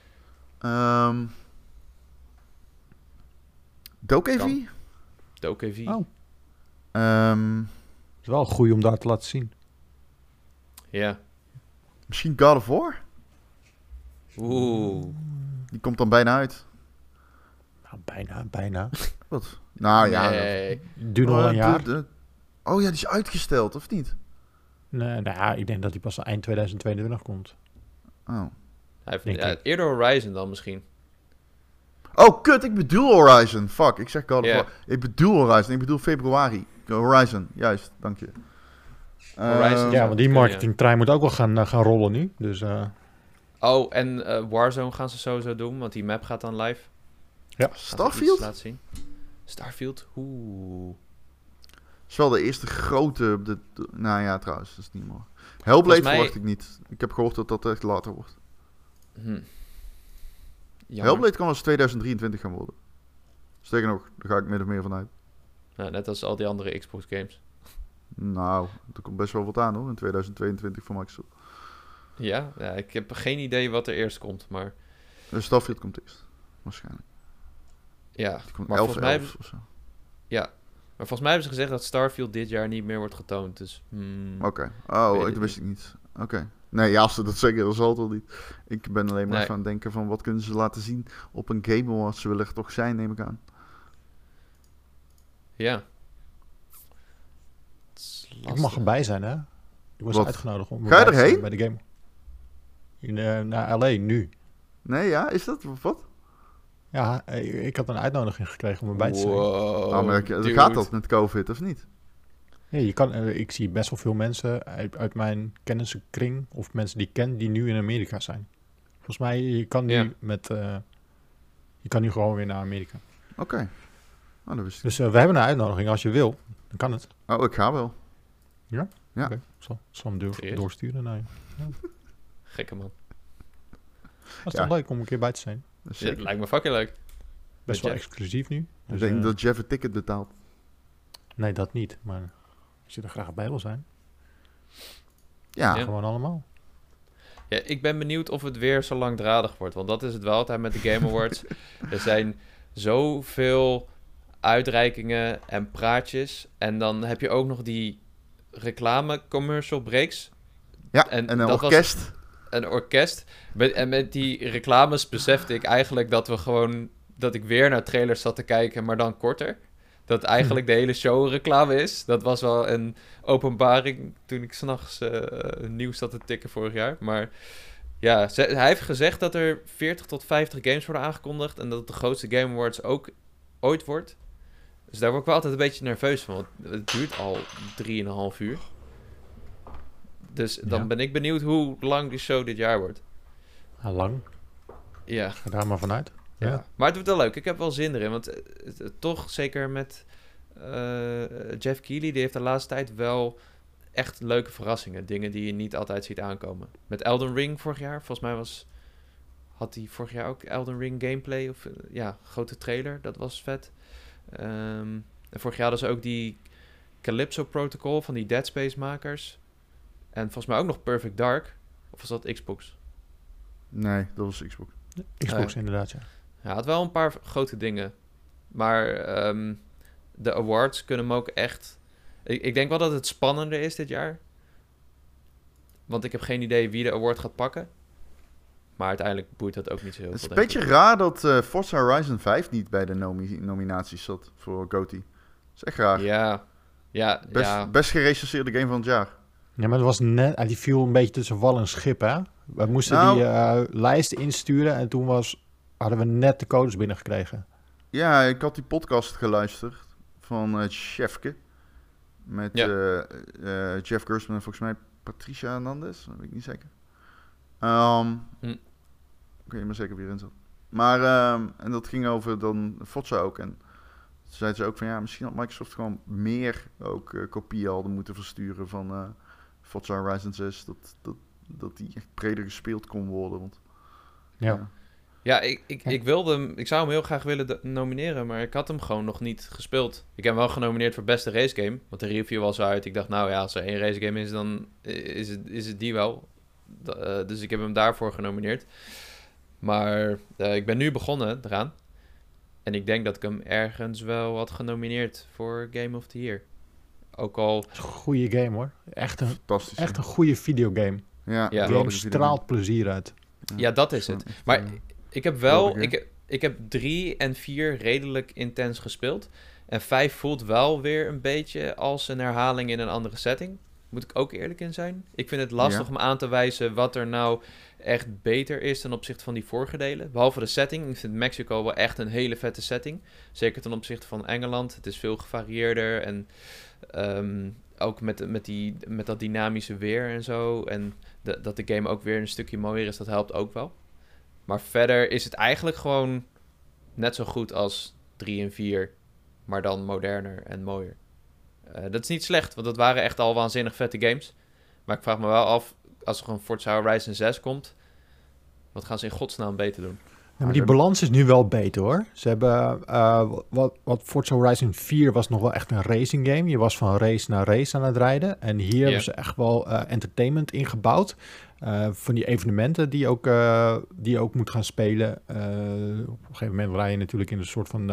Dokev? De OKV. Oh. Ehm, Het is wel goed om daar te laten zien. Ja. Misschien God of War? Oeh. Die komt dan bijna uit. Nou, bijna. Wat? Nou ja. Nee. Duurt nog wel een jaar. Oh ja, die is uitgesteld, of niet? Nee, nou ja, ik denk dat die pas eind 2022 komt. Oh. Hij Denk heeft, ik. eerder Horizon dan misschien. Oh, kut, ik bedoel Horizon. Fuck, ik zeg God of Ja. War. Ik bedoel Horizon, ik bedoel februari. Horizon, juist, dank je. Horizon, Ja, want die ja. marketingtrein moet ook wel gaan rollen nu. Dus Oh, en Warzone gaan ze sowieso doen, want die map gaat dan live. ja. Gaan ze iets Starfield? laten zien. Starfield? Oeh. is wel de eerste grote... nou ja, trouwens, dat is niet mooi. Hellblade Volgens mij- verwacht ik niet. Ik heb gehoord dat dat echt later wordt. Jammer. Hellblade kan als 2023 gaan worden. Sterker nog, daar ga ik min of meer vanuit. Nou, net als al die andere Xbox games. Nou, er komt best wel wat aan hoor, in 2022 voor Microsoft. Ja, ik heb geen idee wat er eerst komt, maar Starfield komt eerst, waarschijnlijk. ja. Die komt Maar 11, volgens mij 11 of zo. Ja, maar volgens mij hebben ze gezegd dat Starfield dit jaar niet meer wordt getoond, dus... Oké. Oh, Weet dat het wist ik niet. Oké. Nee, ja, als ze dat zeggen, dan zal het wel niet. Ik ben alleen maar Nee. even aan het denken van wat kunnen ze laten zien op een Game Awards. Ze willen er toch zijn, neem ik aan. Ja. Het is Ik lastig. mag erbij zijn, hè? Ik was Wat? uitgenodigd om Ga je erbij te zijn erheen? bij de game. Naar LA, nu. Nee, ja, is dat? Wat? Ja, ik had een uitnodiging gekregen om erbij te zijn. Wow, Oh, maar dude. gaat dat met COVID of niet? Ja, je kan, ik zie best wel veel mensen uit mijn kennissenkring, of mensen die ik ken, die nu in Amerika zijn. Volgens mij, je kan nu Ja. je kan nu gewoon weer naar Amerika. Oké. Oh, dat wist ik. Dus we hebben een uitnodiging. Als je wil, dan kan het. Oh, ik ga wel. Ja. Oké, ik zal hem Serieus? doorsturen naar je. Gekke man. Dat is Ja. toch leuk om een keer bij te zijn. Dat is Ja, zeker. het lijkt me fucking leuk. Best wel Jeff. exclusief nu. Ik Dus, denk dat Jeff een ticket betaalt. Nee, dat niet. Maar als je er graag bij wil zijn, Ja. Ja. gewoon allemaal. Ja, ik ben benieuwd of het weer zo langdradig wordt. Want dat is het wel altijd met de Game Awards. Er zijn zoveel uitreikingen en praatjes. En dan heb je ook nog die reclame commercial breaks. Ja, En en een dat was- orkest. Een orkest. En met die reclames besefte ik eigenlijk dat ik weer naar trailers zat te kijken, maar dan korter. Dat eigenlijk de hele show reclame is. Dat was wel een openbaring toen ik 's nachts nieuws zat te tikken vorig jaar. Maar ja, hij heeft gezegd dat er 40 tot 50 games worden aangekondigd. En dat het de grootste Game Awards ook ooit wordt. Dus daar word ik wel altijd een beetje nerveus van. Want het duurt al 3,5 uur. Dus dan Ja. ben ik benieuwd hoe lang die show dit jaar wordt. Lang. Ja. Ga daar maar vanuit. Ja. Maar het wordt wel leuk. Ik heb wel zin erin. Want toch, zeker met Jeff Keighley, die heeft de laatste tijd wel echt leuke verrassingen. Dingen die je niet altijd ziet aankomen. Met Elden Ring vorig jaar. Volgens mij had hij vorig jaar ook Elden Ring gameplay. Of grote trailer. Dat was vet. En vorig jaar hadden ze ook die Calypso Protocol van die Dead Space makers. En volgens mij ook nog Perfect Dark. Of was dat Xbox? Nee, dat was Xbox. Xbox inderdaad, ja. Ja, had wel een paar grote dingen. Maar de awards kunnen hem ook echt... Ik denk wel dat het spannender is dit jaar. Want ik heb geen idee wie de award gaat pakken. Maar uiteindelijk boeit dat ook niet zo heel Het is veel. een denk beetje ik. raar dat Forza Horizon 5 niet bij de nominaties zat voor GOTY. Dat is echt raar. Ja, Best gerecenseerde game van het jaar. Ja, maar het was net, die viel een beetje tussen wal en schip, hè? We moesten Nou- die lijsten insturen en toen hadden we net de codes binnengekregen. Ja, ik had die podcast geluisterd van Chefke. Met Jeff Gerstmann en volgens mij Patricia Hernandez. Dat weet ik niet zeker. Ik weet niet meer zeker wie erin zat. Maar, en dat ging over dan Forza ook. En toen zeiden ze ook van ja, misschien had Microsoft gewoon meer ook kopieën hadden moeten versturen van Forza Horizon 6. Dat die echt breder gespeeld kon worden. Want, Ja. Ja, ik wilde hem... Ik zou hem heel graag willen nomineren, maar ik had hem gewoon nog niet gespeeld. Ik heb hem wel genomineerd voor beste racegame, want de review was uit. Ik dacht, nou ja, als er één racegame is, dan is het die wel. Dus ik heb hem daarvoor genomineerd. Maar ik ben nu begonnen eraan. En ik denk dat ik hem ergens wel had genomineerd voor Game of the Year. Ook al... Dat is een goede game hoor. Fantastisch. Echt een goede videogame. Ja, Ja. De game straalt plezier uit. Ja, dat is het. Maar ik heb ik heb 3 en 4 redelijk intens gespeeld. En 5 voelt wel weer een beetje als een herhaling in een andere setting. Moet ik ook eerlijk in zijn. Ik vind het lastig om aan te wijzen wat er nou echt beter is ten opzichte van die vorige delen. Behalve de setting. Ik vind Mexico wel echt een hele vette setting. Zeker ten opzichte van Engeland. Het is veel gevarieerder en ook met dat dynamische weer en zo. En dat de game ook weer een stukje mooier is, dat helpt ook wel. Maar verder is het eigenlijk gewoon net zo goed als 3 en 4, maar dan moderner en mooier. Dat is niet slecht, want dat waren echt al waanzinnig vette games. Maar ik vraag me wel af, als er een Forza Horizon 6 komt, wat gaan ze in godsnaam beter doen? Ja, maar die balans is nu wel beter hoor. Ze hebben, wat Forza Horizon 4 was nog wel echt een racing game. Je was van race naar race aan het rijden. En hier hebben ze echt wel entertainment ingebouwd. Van die evenementen die je ook moet gaan spelen. Op een gegeven moment rij je natuurlijk in een soort van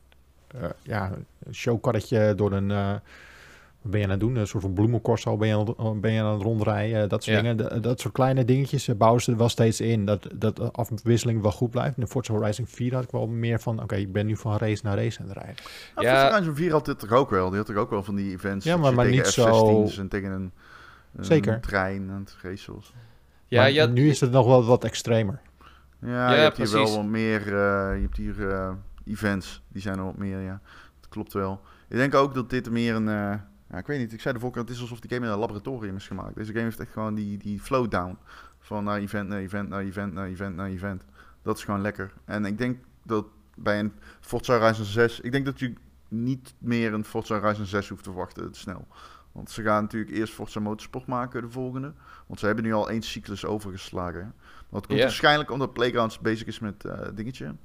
showkarretje door een... Wat ben je aan het doen? Een soort van bloemencorso ben je aan het rondrijden. Dat soort dingen. Dat soort kleine dingetjes bouwen ze er wel steeds in. Dat de afwisseling wel goed blijft. In de Forza Horizon 4 had ik wel meer van... Oké, ik ben nu van race naar race aan het rijden. Forza Horizon 4 had dit toch ook wel. Die had toch ook wel van die events. Ja, maar niet F-16's zo... en tegen een Zeker. trein en het racers. Ja, nu is het nog wel wat extremer. Ja, je hebt hier wel wat meer... je hebt hier events. Die zijn er wat meer, ja. Dat klopt wel. Ik denk ook dat dit meer een... ja, ik weet niet, ik zei de vorige keer, het is alsof die game in een laboratorium is gemaakt. Deze game heeft echt gewoon die flow down. Van naar event, naar event, naar event, naar event, naar event. Dat is gewoon lekker. En ik denk dat bij een Forza Horizon 6... Ik denk dat je niet meer een Forza Horizon 6 hoeft te wachten, te snel. Want ze gaan natuurlijk eerst Forza Motorsport maken, de volgende. Want ze hebben nu al 1 cyclus overgeslagen. Hè. Maar dat komt waarschijnlijk omdat Playgrounds bezig is met dingetje.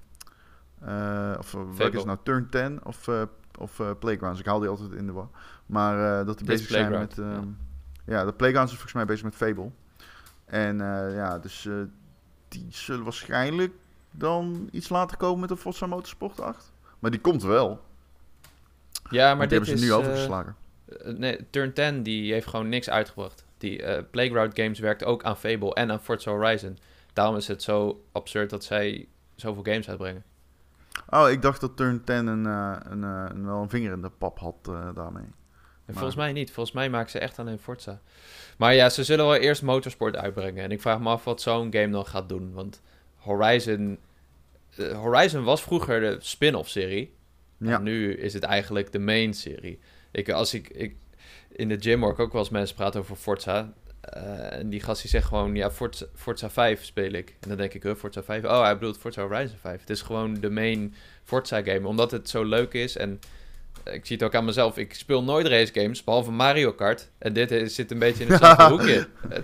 Welke is nou Turn 10 of Playgrounds? Ik haal die altijd in de war. Maar dat die bezig zijn met... de Playgrounds is volgens mij bezig met Fable. En dus die zullen waarschijnlijk dan iets later komen met een Forza Motorsport 8. Maar die komt wel. Ja, maar die hebben ze nu overgeslagen. Nee, Turn 10 die heeft gewoon niks uitgebracht. Die Playground Games werkt ook aan Fable en aan Forza Horizon. Daarom is het zo absurd dat zij zoveel games uitbrengen. Oh, ik dacht dat Turn 10 wel een vinger in de pap had daarmee. Volgens mij niet. Volgens mij maken ze echt alleen Forza. Maar ja, ze zullen wel eerst Motorsport uitbrengen. En ik vraag me af wat zo'n game dan gaat doen. Want Horizon was vroeger de spin-off serie. Ja. En nu is het eigenlijk de main serie. Als ik in de gym hoor ik ook wel eens mensen praten over Forza. En die gast die zegt gewoon, ja, Forza 5 speel ik. En dan denk ik, Forza 5? Oh, hij bedoelt Forza Horizon 5. Het is gewoon de main Forza game. Omdat het zo leuk is en... Ik zie het ook aan mezelf. Ik speel nooit race games, behalve Mario Kart. En dit zit een beetje in hetzelfde hoekje.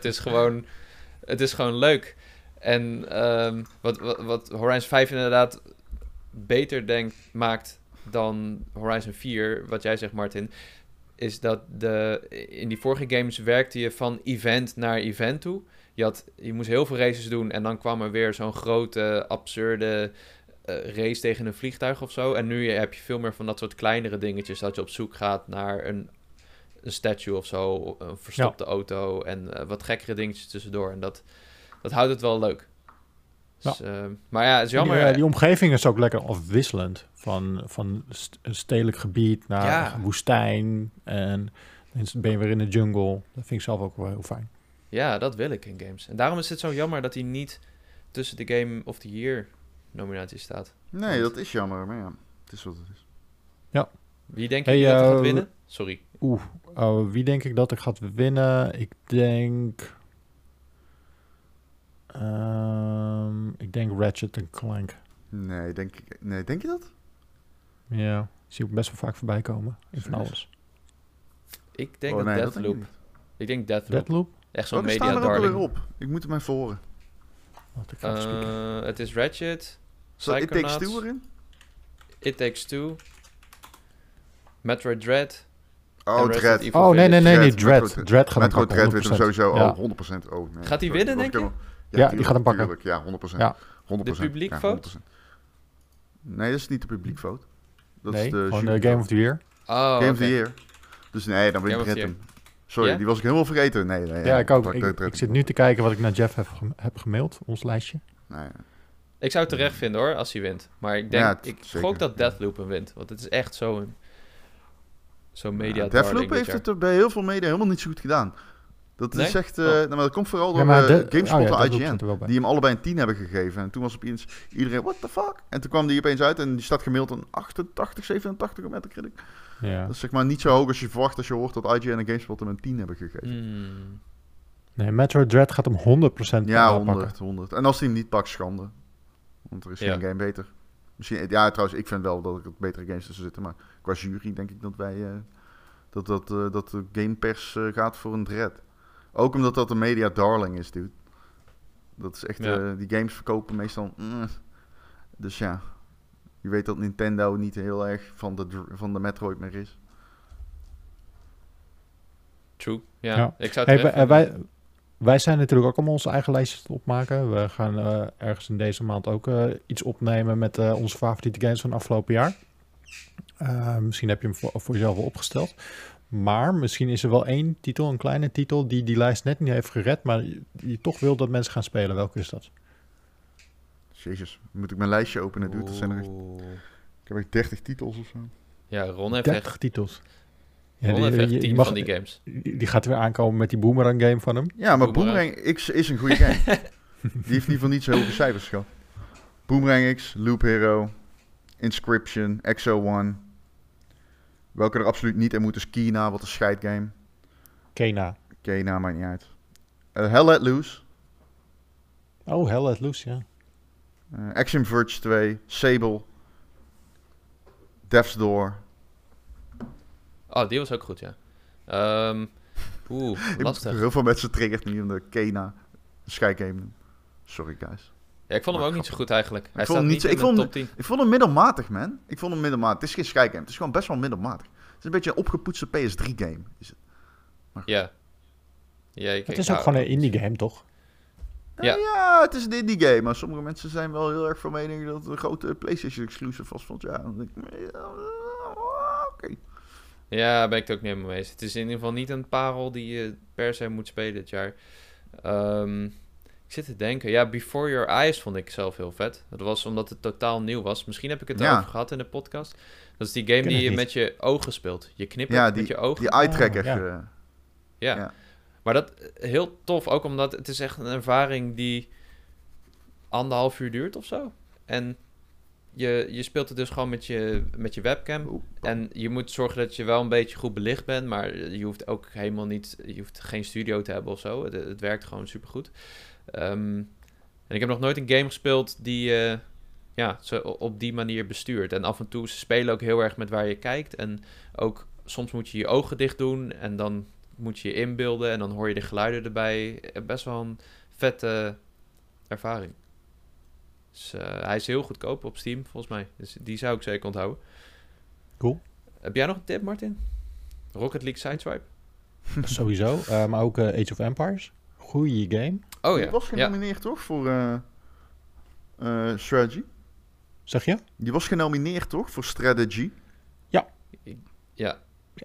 Het is gewoon leuk. En wat Horizon 5 inderdaad beter maakt dan Horizon 4, wat jij zegt, Martin, is dat in die vorige games werkte je van event naar event toe. Je moest heel veel races doen en dan kwam er weer zo'n grote, absurde... race tegen een vliegtuig of zo. En nu heb je veel meer van dat soort kleinere dingetjes, dat je op zoek gaat naar een statue of zo, een verstopte auto en wat gekkere dingetjes tussendoor. En dat houdt het wel leuk. Dus, maar ja, het is jammer. Die omgeving is ook lekker afwisselend. Van een stedelijk gebied naar een woestijn en dan ben je weer in de jungle. Dat vind ik zelf ook wel heel fijn. Ja, dat wil ik in games. En daarom is het zo jammer dat hij niet tussen de Game of the Year nominatie staat. Nee, dat is jammer, maar ja, het is wat het is. Ja. Wie denk je dat gaat winnen? Sorry. Wie denk ik dat er gaat winnen? Ik denk Ratchet & Clank. Nee, denk je dat? Ja, zie ik best wel vaak voorbij komen. In van alles. Ik denk Deathloop. Ik denk Deathloop? Echt zo'n media darling. darling. Er op. Ik moet hem even horen. Het is Ratchet. Zat It Takes Two erin? It Takes Two. Metroid Dread. Dread. Nee, Dread. Dread gaat Metroid hem pakken. Dread weet hem sowieso. Ja. 100%. Oh, nee. Gaat hij winnen, denk je? Ja, die gaat hem pakken. Tuurlijk, ja, 100%. Ja. 100%. De publiekvote? Ja, nee, dat is niet de publiekvote. Dat nee, is de gewoon de Game of the Year. Oh, Game of the Year. Dus nee, dan wil ik Ja, wat Dread hem. Sorry, Ja? die was ik helemaal vergeten. Nee, Ja, ik ook. pak Ik Dread. zit nu te kijken wat ik naar Jeff heb gemaild, ons lijstje. Nee. Ik zou het terecht vinden hoor, als hij wint. Maar ik Ja, denk, ik zeker. gok dat Deathloop hem wint. Want het is echt zo'n media Deathloop heeft het er bij heel veel media helemaal niet zo goed gedaan. Dat Nee? is echt... Oh. nou, maar dat komt vooral door GameSpot en Deathloop IGN. zit er wel bij. Die hem allebei een 10 hebben gegeven. En toen was opeens iedereen, what the fuck? En toen kwam die opeens uit en die staat gemiddeld een 88, 87 op Metacritic. Ja. Dat is zeg maar niet zo hoog als je verwacht als je hoort dat IGN en GameSpot hem een 10 hebben gegeven. Hmm. Nee, Metroid Dread gaat hem 100% Ja, pakken. 100. En als hij hem niet pakt, schande. Want er is Ja. geen game beter. Misschien, ja, trouwens, ik vind wel dat er betere games tussen zitten. Maar qua jury denk ik dat wij... dat de gamepers gaat voor een Dread. Ook omdat dat een media darling is, dude. Dat is echt... Ja. die games verkopen meestal... Dus ja... Je weet dat Nintendo niet heel erg van de Metroid meer is. True. Ja, Ja. ik zou het Hey, terecht vinden. wij zijn natuurlijk ook allemaal onze eigen lijstjes te opmaken. We gaan ergens in deze maand ook iets opnemen met onze favoriete games van het afgelopen jaar. Misschien heb je hem voor jezelf wel opgesteld. Maar misschien is er wel één titel, een kleine titel, die lijst net niet heeft gered, maar die toch wil dat mensen gaan spelen. Welke is dat? Jezus, moet ik mijn lijstje openen, dude? Dat zijn er echt, Oeh. ik heb echt 30 titels of zo. Ja, Ron heeft 30 echt, titels. Ja, Ron heeft echt je 10 mag- van die games. die gaat weer aankomen met die Boomerang game van hem. Ja, maar Boomerang. Boomerang X is een goede game. Die heeft in ieder geval niet zo hoge cijfers gehad. Boomerang X, Loop Hero, Inscription, XO1. Welke er absoluut niet in moet is Kena, wat een scheidgame. Kena. Kena, maakt niet uit. Hell Let Loose. Oh, Hell Let Loose, ja. Action Verge 2, Sable. Death's Door. Oh, die was ook goed, ja. Lastig. Heel veel mensen triggert nu om de Kena een scheidgame noemen. Sorry, guys. Ja, ik vond hem ook niet zo goed eigenlijk. Hij vond staat hem niet niet in zo- ik de vond- top 10. Ik vond hem middelmatig, man. Ik vond hem middelmatig. Het is geen scheidgame. Het is gewoon best wel middelmatig. Het is een beetje een opgepoetste PS3-game. Is het? Ja. Het is ook gewoon een indie game, toch? Ja. Ja, het is een indie game. Maar sommige mensen zijn wel heel erg van mening dat het een grote PlayStation exclusive was van het jaar. Dan denk ik, oké. Ja, ben ik het ook niet helemaal mee eens. Het is in ieder geval niet een parel die je per se moet spelen dit jaar. Ik zit te denken. Ja, Before Your Eyes vond ik zelf heel vet. Dat was omdat het totaal nieuw was. Misschien heb ik het Ja. erover gehad in de podcast. Dat is die game Ken die het je niet. met je ogen speelt. Je knippert Ja, met je ogen. Die eye-tracker. ja. Ja. ja. Maar dat heel tof ook omdat het is echt een ervaring die 1,5 uur duurt of zo. En je speelt het dus gewoon met je webcam. Oeh. En je moet zorgen dat je wel een beetje goed belicht bent, maar je hoeft ook helemaal niet, je hoeft geen studio te hebben of zo. Het werkt gewoon supergoed. En ik heb nog nooit een game gespeeld die zo op die manier bestuurt. En af en toe, ze spelen ook heel erg met waar je kijkt. En ook soms moet je je ogen dicht doen en dan moet je je inbeelden en dan hoor je de geluiden erbij. Best wel een vette ervaring. Dus hij is heel goedkoop op Steam, volgens mij. Dus die zou ik zeker onthouden. Cool. Heb jij nog een tip, Martin? Rocket League Sideswipe? Sowieso. Maar ook Age of Empires. Goeie game. Oh Die ja. was Ja. genomineerd toch voor Strategy? Zeg je? Die was genomineerd toch voor Strategy? Ja.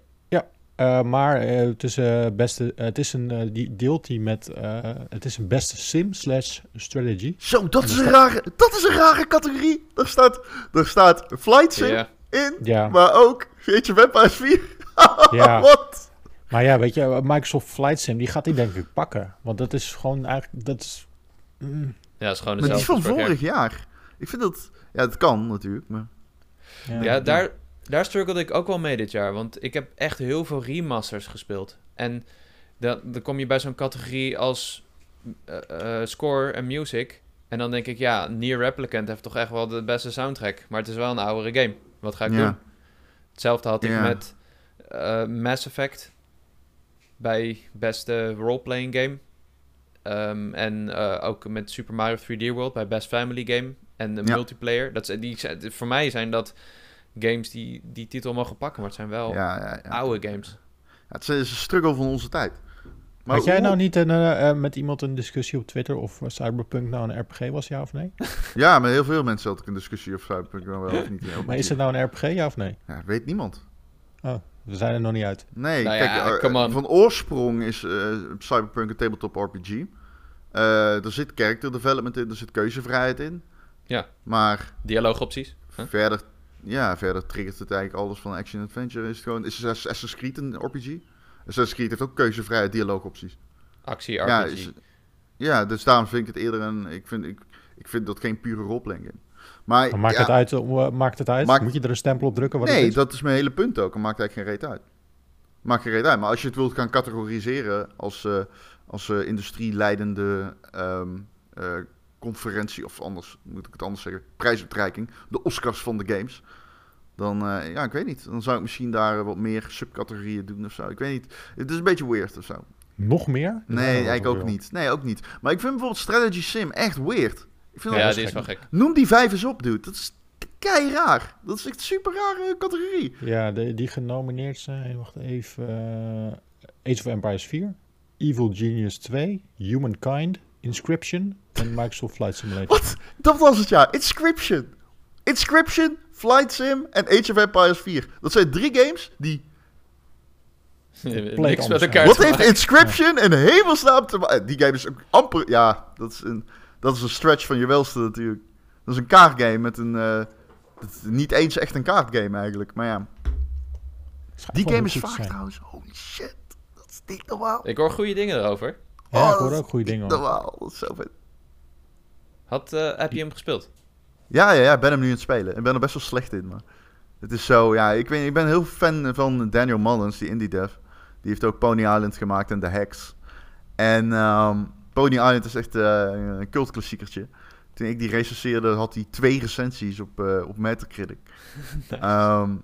Maar het is beste. Het is een die deelt die met. Het is een beste sim / strategy. Zo, dat En is er een rare categorie. Daar staat Flight Sim Ja. in, Ja. maar ook Age of Empires 4. Ja. Wat? Maar ja, weet je, Microsoft Flight Sim die gaat die denk ik pakken, want dat is gewoon eigenlijk dat is. Ja, dat is gewoon Maar die is van hetzelfde als vorig jaar. Ik vind dat... Ja, het kan natuurlijk, maar... Ja, daar struggelde ik ook wel mee dit jaar. Want ik heb echt heel veel remasters gespeeld. En dan kom je bij zo'n categorie als score en music. En dan denk ik, ja, Nier Replicant heeft toch echt wel de beste soundtrack. Maar het is wel een oudere game. Wat ga ik Ja. doen? Hetzelfde had ik Ja. met Mass Effect. Bij beste roleplaying game. En ook met Super Mario 3D World bij Best Family Game. En de Ja. multiplayer. Voor mij zijn dat games die titel mogen pakken. Maar het zijn wel Ja. oude games. Ja, het is een struggle van onze tijd. Maar Had jij hoe- nou niet met iemand een discussie op Twitter of Cyberpunk nou een RPG was, ja of nee? Ja, met heel veel mensen had ik een discussie of Cyberpunk nou wel of niet. Maar is het nou een RPG, ja of nee? Ja, weet niemand. Oh. We zijn er nog niet uit. Nee, Nou ja, kijk, come on. van oorsprong is Cyberpunk een tabletop RPG. Er zit character development in, er zit keuzevrijheid in. Ja. Maar Dialoogopties. Huh? verder triggert het eigenlijk alles van action-adventure. Is Assassin's Creed een RPG? Assassin's Creed heeft ook keuzevrijheid, dialoogopties. Actie, RPG. Dus daarom vind ik het eerder ik vind dat geen pure roleplaying game. Maar Maakt het uit? Moet je er een stempel op drukken? Wat nee, het is? dat is mijn hele punt ook. Het maakt eigenlijk geen reet uit. Maakt geen reet uit. Maar als je het wilt gaan categoriseren als industrieleidende conferentie, of anders, moet ik het anders zeggen, prijsuitreiking, de Oscars van de games, dan, ik weet niet. Dan zou ik misschien daar wat meer subcategorieën doen of zo. Ik weet niet. Het is een beetje weird of zo. Nog meer? Nee, eigenlijk ook niet. Nee, ook niet. Maar ik vind bijvoorbeeld Strategy Sim echt weird. Ik vind Ja, dat die is wel gek. Noem die 5 eens op, dude. Dat is kei raar. Dat is echt een super rare categorie. Ja, die genomineerd zijn. Wacht even. Age of Empires 4. Evil Genius 2. Humankind. Inscription. En Microsoft Flight Simulator. Wat? Dat was het jaar. Inscription, Flight Sim en Age of Empires 4. Dat zijn 3 games die... Niks met elkaar Wat te heeft maken. Inscription en hemelsnaam te maken? Die game is ook amper... Ja, dat is een stretch van je welste natuurlijk. Dat is een kaartgame met een... niet eens echt een kaartgame eigenlijk, maar ja. Die game is vaak trouwens. Holy shit. Dat is niet normaal. Ik hoor goede dingen erover. Ja, ik hoor ook goede dingen. Normaal. Dat is zo vet. Heb je hem gespeeld? Ja, ik ben hem nu aan het spelen. Ik ben er best wel slecht in, maar... Het is zo, ja, ik ben heel fan van Daniel Mullins, die indie dev. Die heeft ook Pony Island gemaakt en The Hex. En Pony Island is echt een cultklassiekertje. Toen ik die recenseerde, had hij 2 recensies op Metacritic. Nice.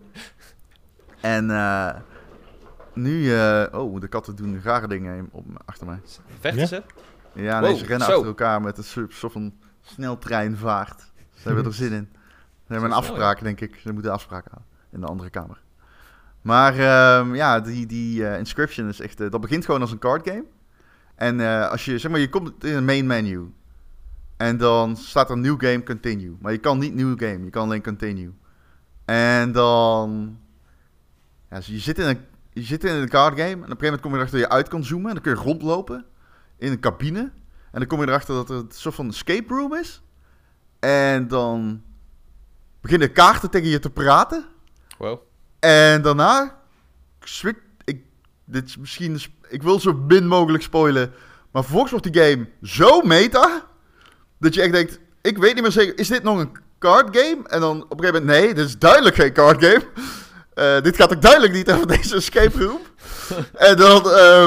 Nu... de katten doen rare dingen achter mij. Vechten ze? Ja, Wow, ze rennen zo. achter elkaar met een soort van sneltreinvaart. Ze hebben er zin in. Ze hebben een Zo snel, afspraak, denk ik. Ze moeten een afspraak halen in de andere kamer. Maar die Inscription is echt... dat begint gewoon als een card game. En als je, zeg maar, je komt in een main menu. En dan staat er New Game Continue. Maar je kan niet New Game, je kan alleen Continue. En dan... Ja, dus je zit in een card game. En op een gegeven moment kom je erachter dat je uit kan zoomen. En dan kun je rondlopen in een cabine. En dan kom je erachter dat het een soort van escape room is. En dan beginnen kaarten tegen je te praten. Wow. En daarna... Ik wil zo min mogelijk spoilen. Maar vervolgens wordt die game zo meta... dat je echt denkt... Ik weet niet meer zeker... Is dit nog een card game? En dan op een gegeven moment... Nee, dit is duidelijk geen card game. Dit gaat ook duidelijk niet over deze escape room. En dan...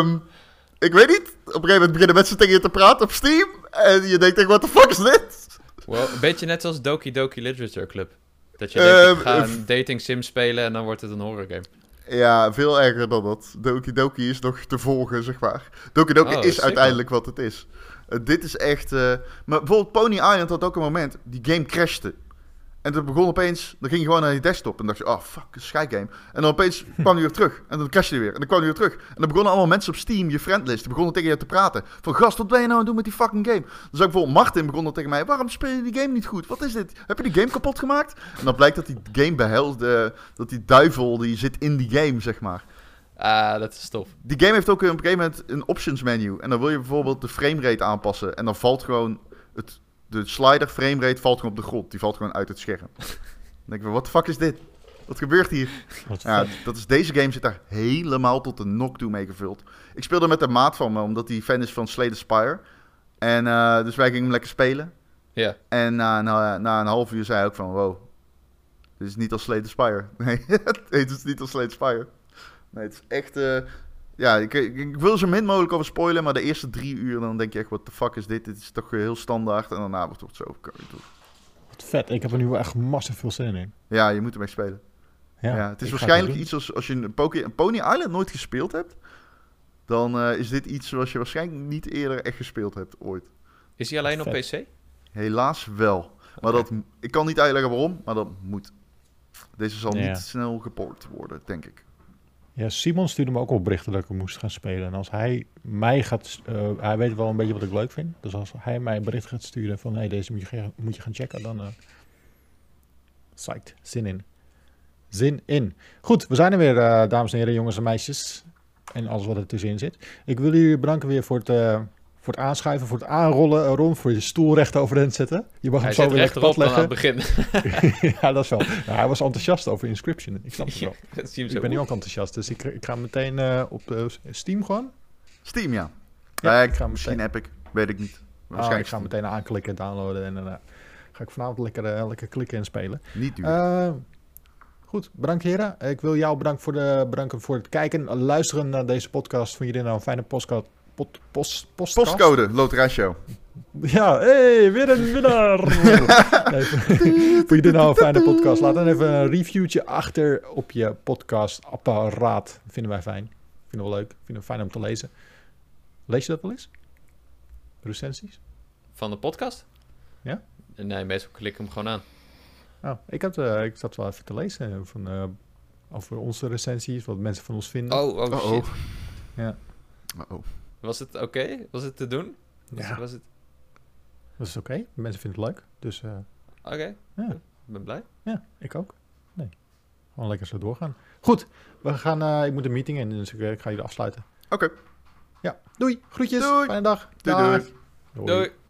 ik weet niet. Op een gegeven moment beginnen mensen tegen je te praten op Steam. En je denkt... What the fuck is dit? Well, een beetje net zoals Doki Doki Literature Club. Dat je denkt, ik ga een dating sim spelen en dan wordt het een horror game. Ja, veel erger dan dat. Doki Doki is nog te volgen, zeg maar. Doki Doki is sick, uiteindelijk wat het is. Dit is echt... Maar bijvoorbeeld Pony Island had ook een moment... Die game crashte. En toen begon opeens... Dan ging je gewoon naar je desktop. En dacht je... Oh, fuck, een scheikgame. En dan opeens kwam hij weer terug. En dan crashte hij weer. En dan kwam hij weer terug. En dan begonnen allemaal mensen op Steam, je friendlist... Die begonnen tegen je te praten. Van, gast, wat ben je nou aan het doen met die fucking game? Dus ook bijvoorbeeld Martin begon dan tegen mij... Waarom speel je die game niet goed? Wat is dit? Heb je die game kapot gemaakt? En dan blijkt dat die game behelst... dat die duivel, die zit in die game, zeg maar. Ah, dat is tof. Die game heeft ook op een gegeven moment een options menu. En dan wil je bijvoorbeeld de framerate aanpassen. En dan valt gewoon... De slider framerate valt gewoon op de grond. Die valt gewoon uit het scherm. Dan denk ik, wat de fuck is dit? Wat gebeurt hier? Ja, deze game zit daar helemaal tot de nok toe mee gevuld. Ik speelde met een maat van me, omdat hij fan is van Slay the Spire. En dus wij gingen hem lekker spelen. Ja. En na een half uur zei hij ook van, wow, dit is niet als Slay the Spire. Nee, het is niet als Slay the Spire. Nee, het is echt... Ja, ik wil zo min mogelijk over spoilen, maar de eerste 3 uur dan denk je echt, what the fuck is dit? Dit is toch heel standaard en daarna wordt het zo overkomen. Wat vet, ik heb er nu wel echt massief veel zin in. Ja, je moet ermee spelen. Ja, het is waarschijnlijk iets als je een Pony Island nooit gespeeld hebt, dan is dit iets zoals je waarschijnlijk niet eerder echt gespeeld hebt ooit. Is hij alleen op Vet. PC? Helaas wel. Maar ik kan niet uitleggen waarom, maar dat moet. Deze zal Ja. niet snel geport worden, denk ik. Ja, Simon stuurde me ook al berichten dat ik hem moest gaan spelen. En als hij mij gaat... hij weet wel een beetje wat ik leuk vind. Dus als hij mij een bericht gaat sturen van... Hey, deze moet je gaan checken, dan... psyched, zin in. zin in. Goed, we zijn er weer, dames en heren, jongens en meisjes. En alles wat er tussenin zit. Ik wil jullie bedanken weer voor het aanschuiven, voor het aanrollen. Ron, voor je stoel recht overeind zetten. Je mag hem Hij zo zit weer lekker plat rechterop leggen. aan het begin. Ja, dat is wel. Nou, hij was enthousiast over Inscription. Ik snap het wel. Dat zie je hem Ik zo. ben nu ook enthousiast, dus ik ga meteen op Steam gewoon. Steam, ja. Ja, ik ik ga misschien Epic, weet ik niet. Ik ga meteen aanklikken, downloaden en dan ga ik vanavond lekker klikken en spelen. Niet duur. Goed, bedankt heren. Ik wil jou bedanken voor het kijken en luisteren naar deze podcast. Vond je dit nou een fijne podcast? Postcode, Loterijshow. Ja, hey, weer een winnaar! Nee, vond je dit nou een fijne podcast? Laat dan even een reviewtje achter op je podcastapparaat. Vinden wij fijn. Vinden we leuk. Vinden we fijn om te lezen. Lees je dat wel eens? Recensies? Van de podcast? Ja? Nee, meestal klik ik hem gewoon aan. Oh, ik zat wel even te lezen over onze recensies, wat mensen van ons vinden. Oh shit. Ja. Was het oké? Was het te doen? Ja. Was het... Dat is oké. Mensen vinden het leuk. Dus Oké. Ja. Ik ben blij. ja, ik ook. Nee. Gewoon lekker zo doorgaan. Goed, we gaan. Ik moet een meeting in, dus ik ga jullie afsluiten. Oké. Ja, doei. Groetjes. Doei. Fijne dag. Doei, Dag. doei. Doei.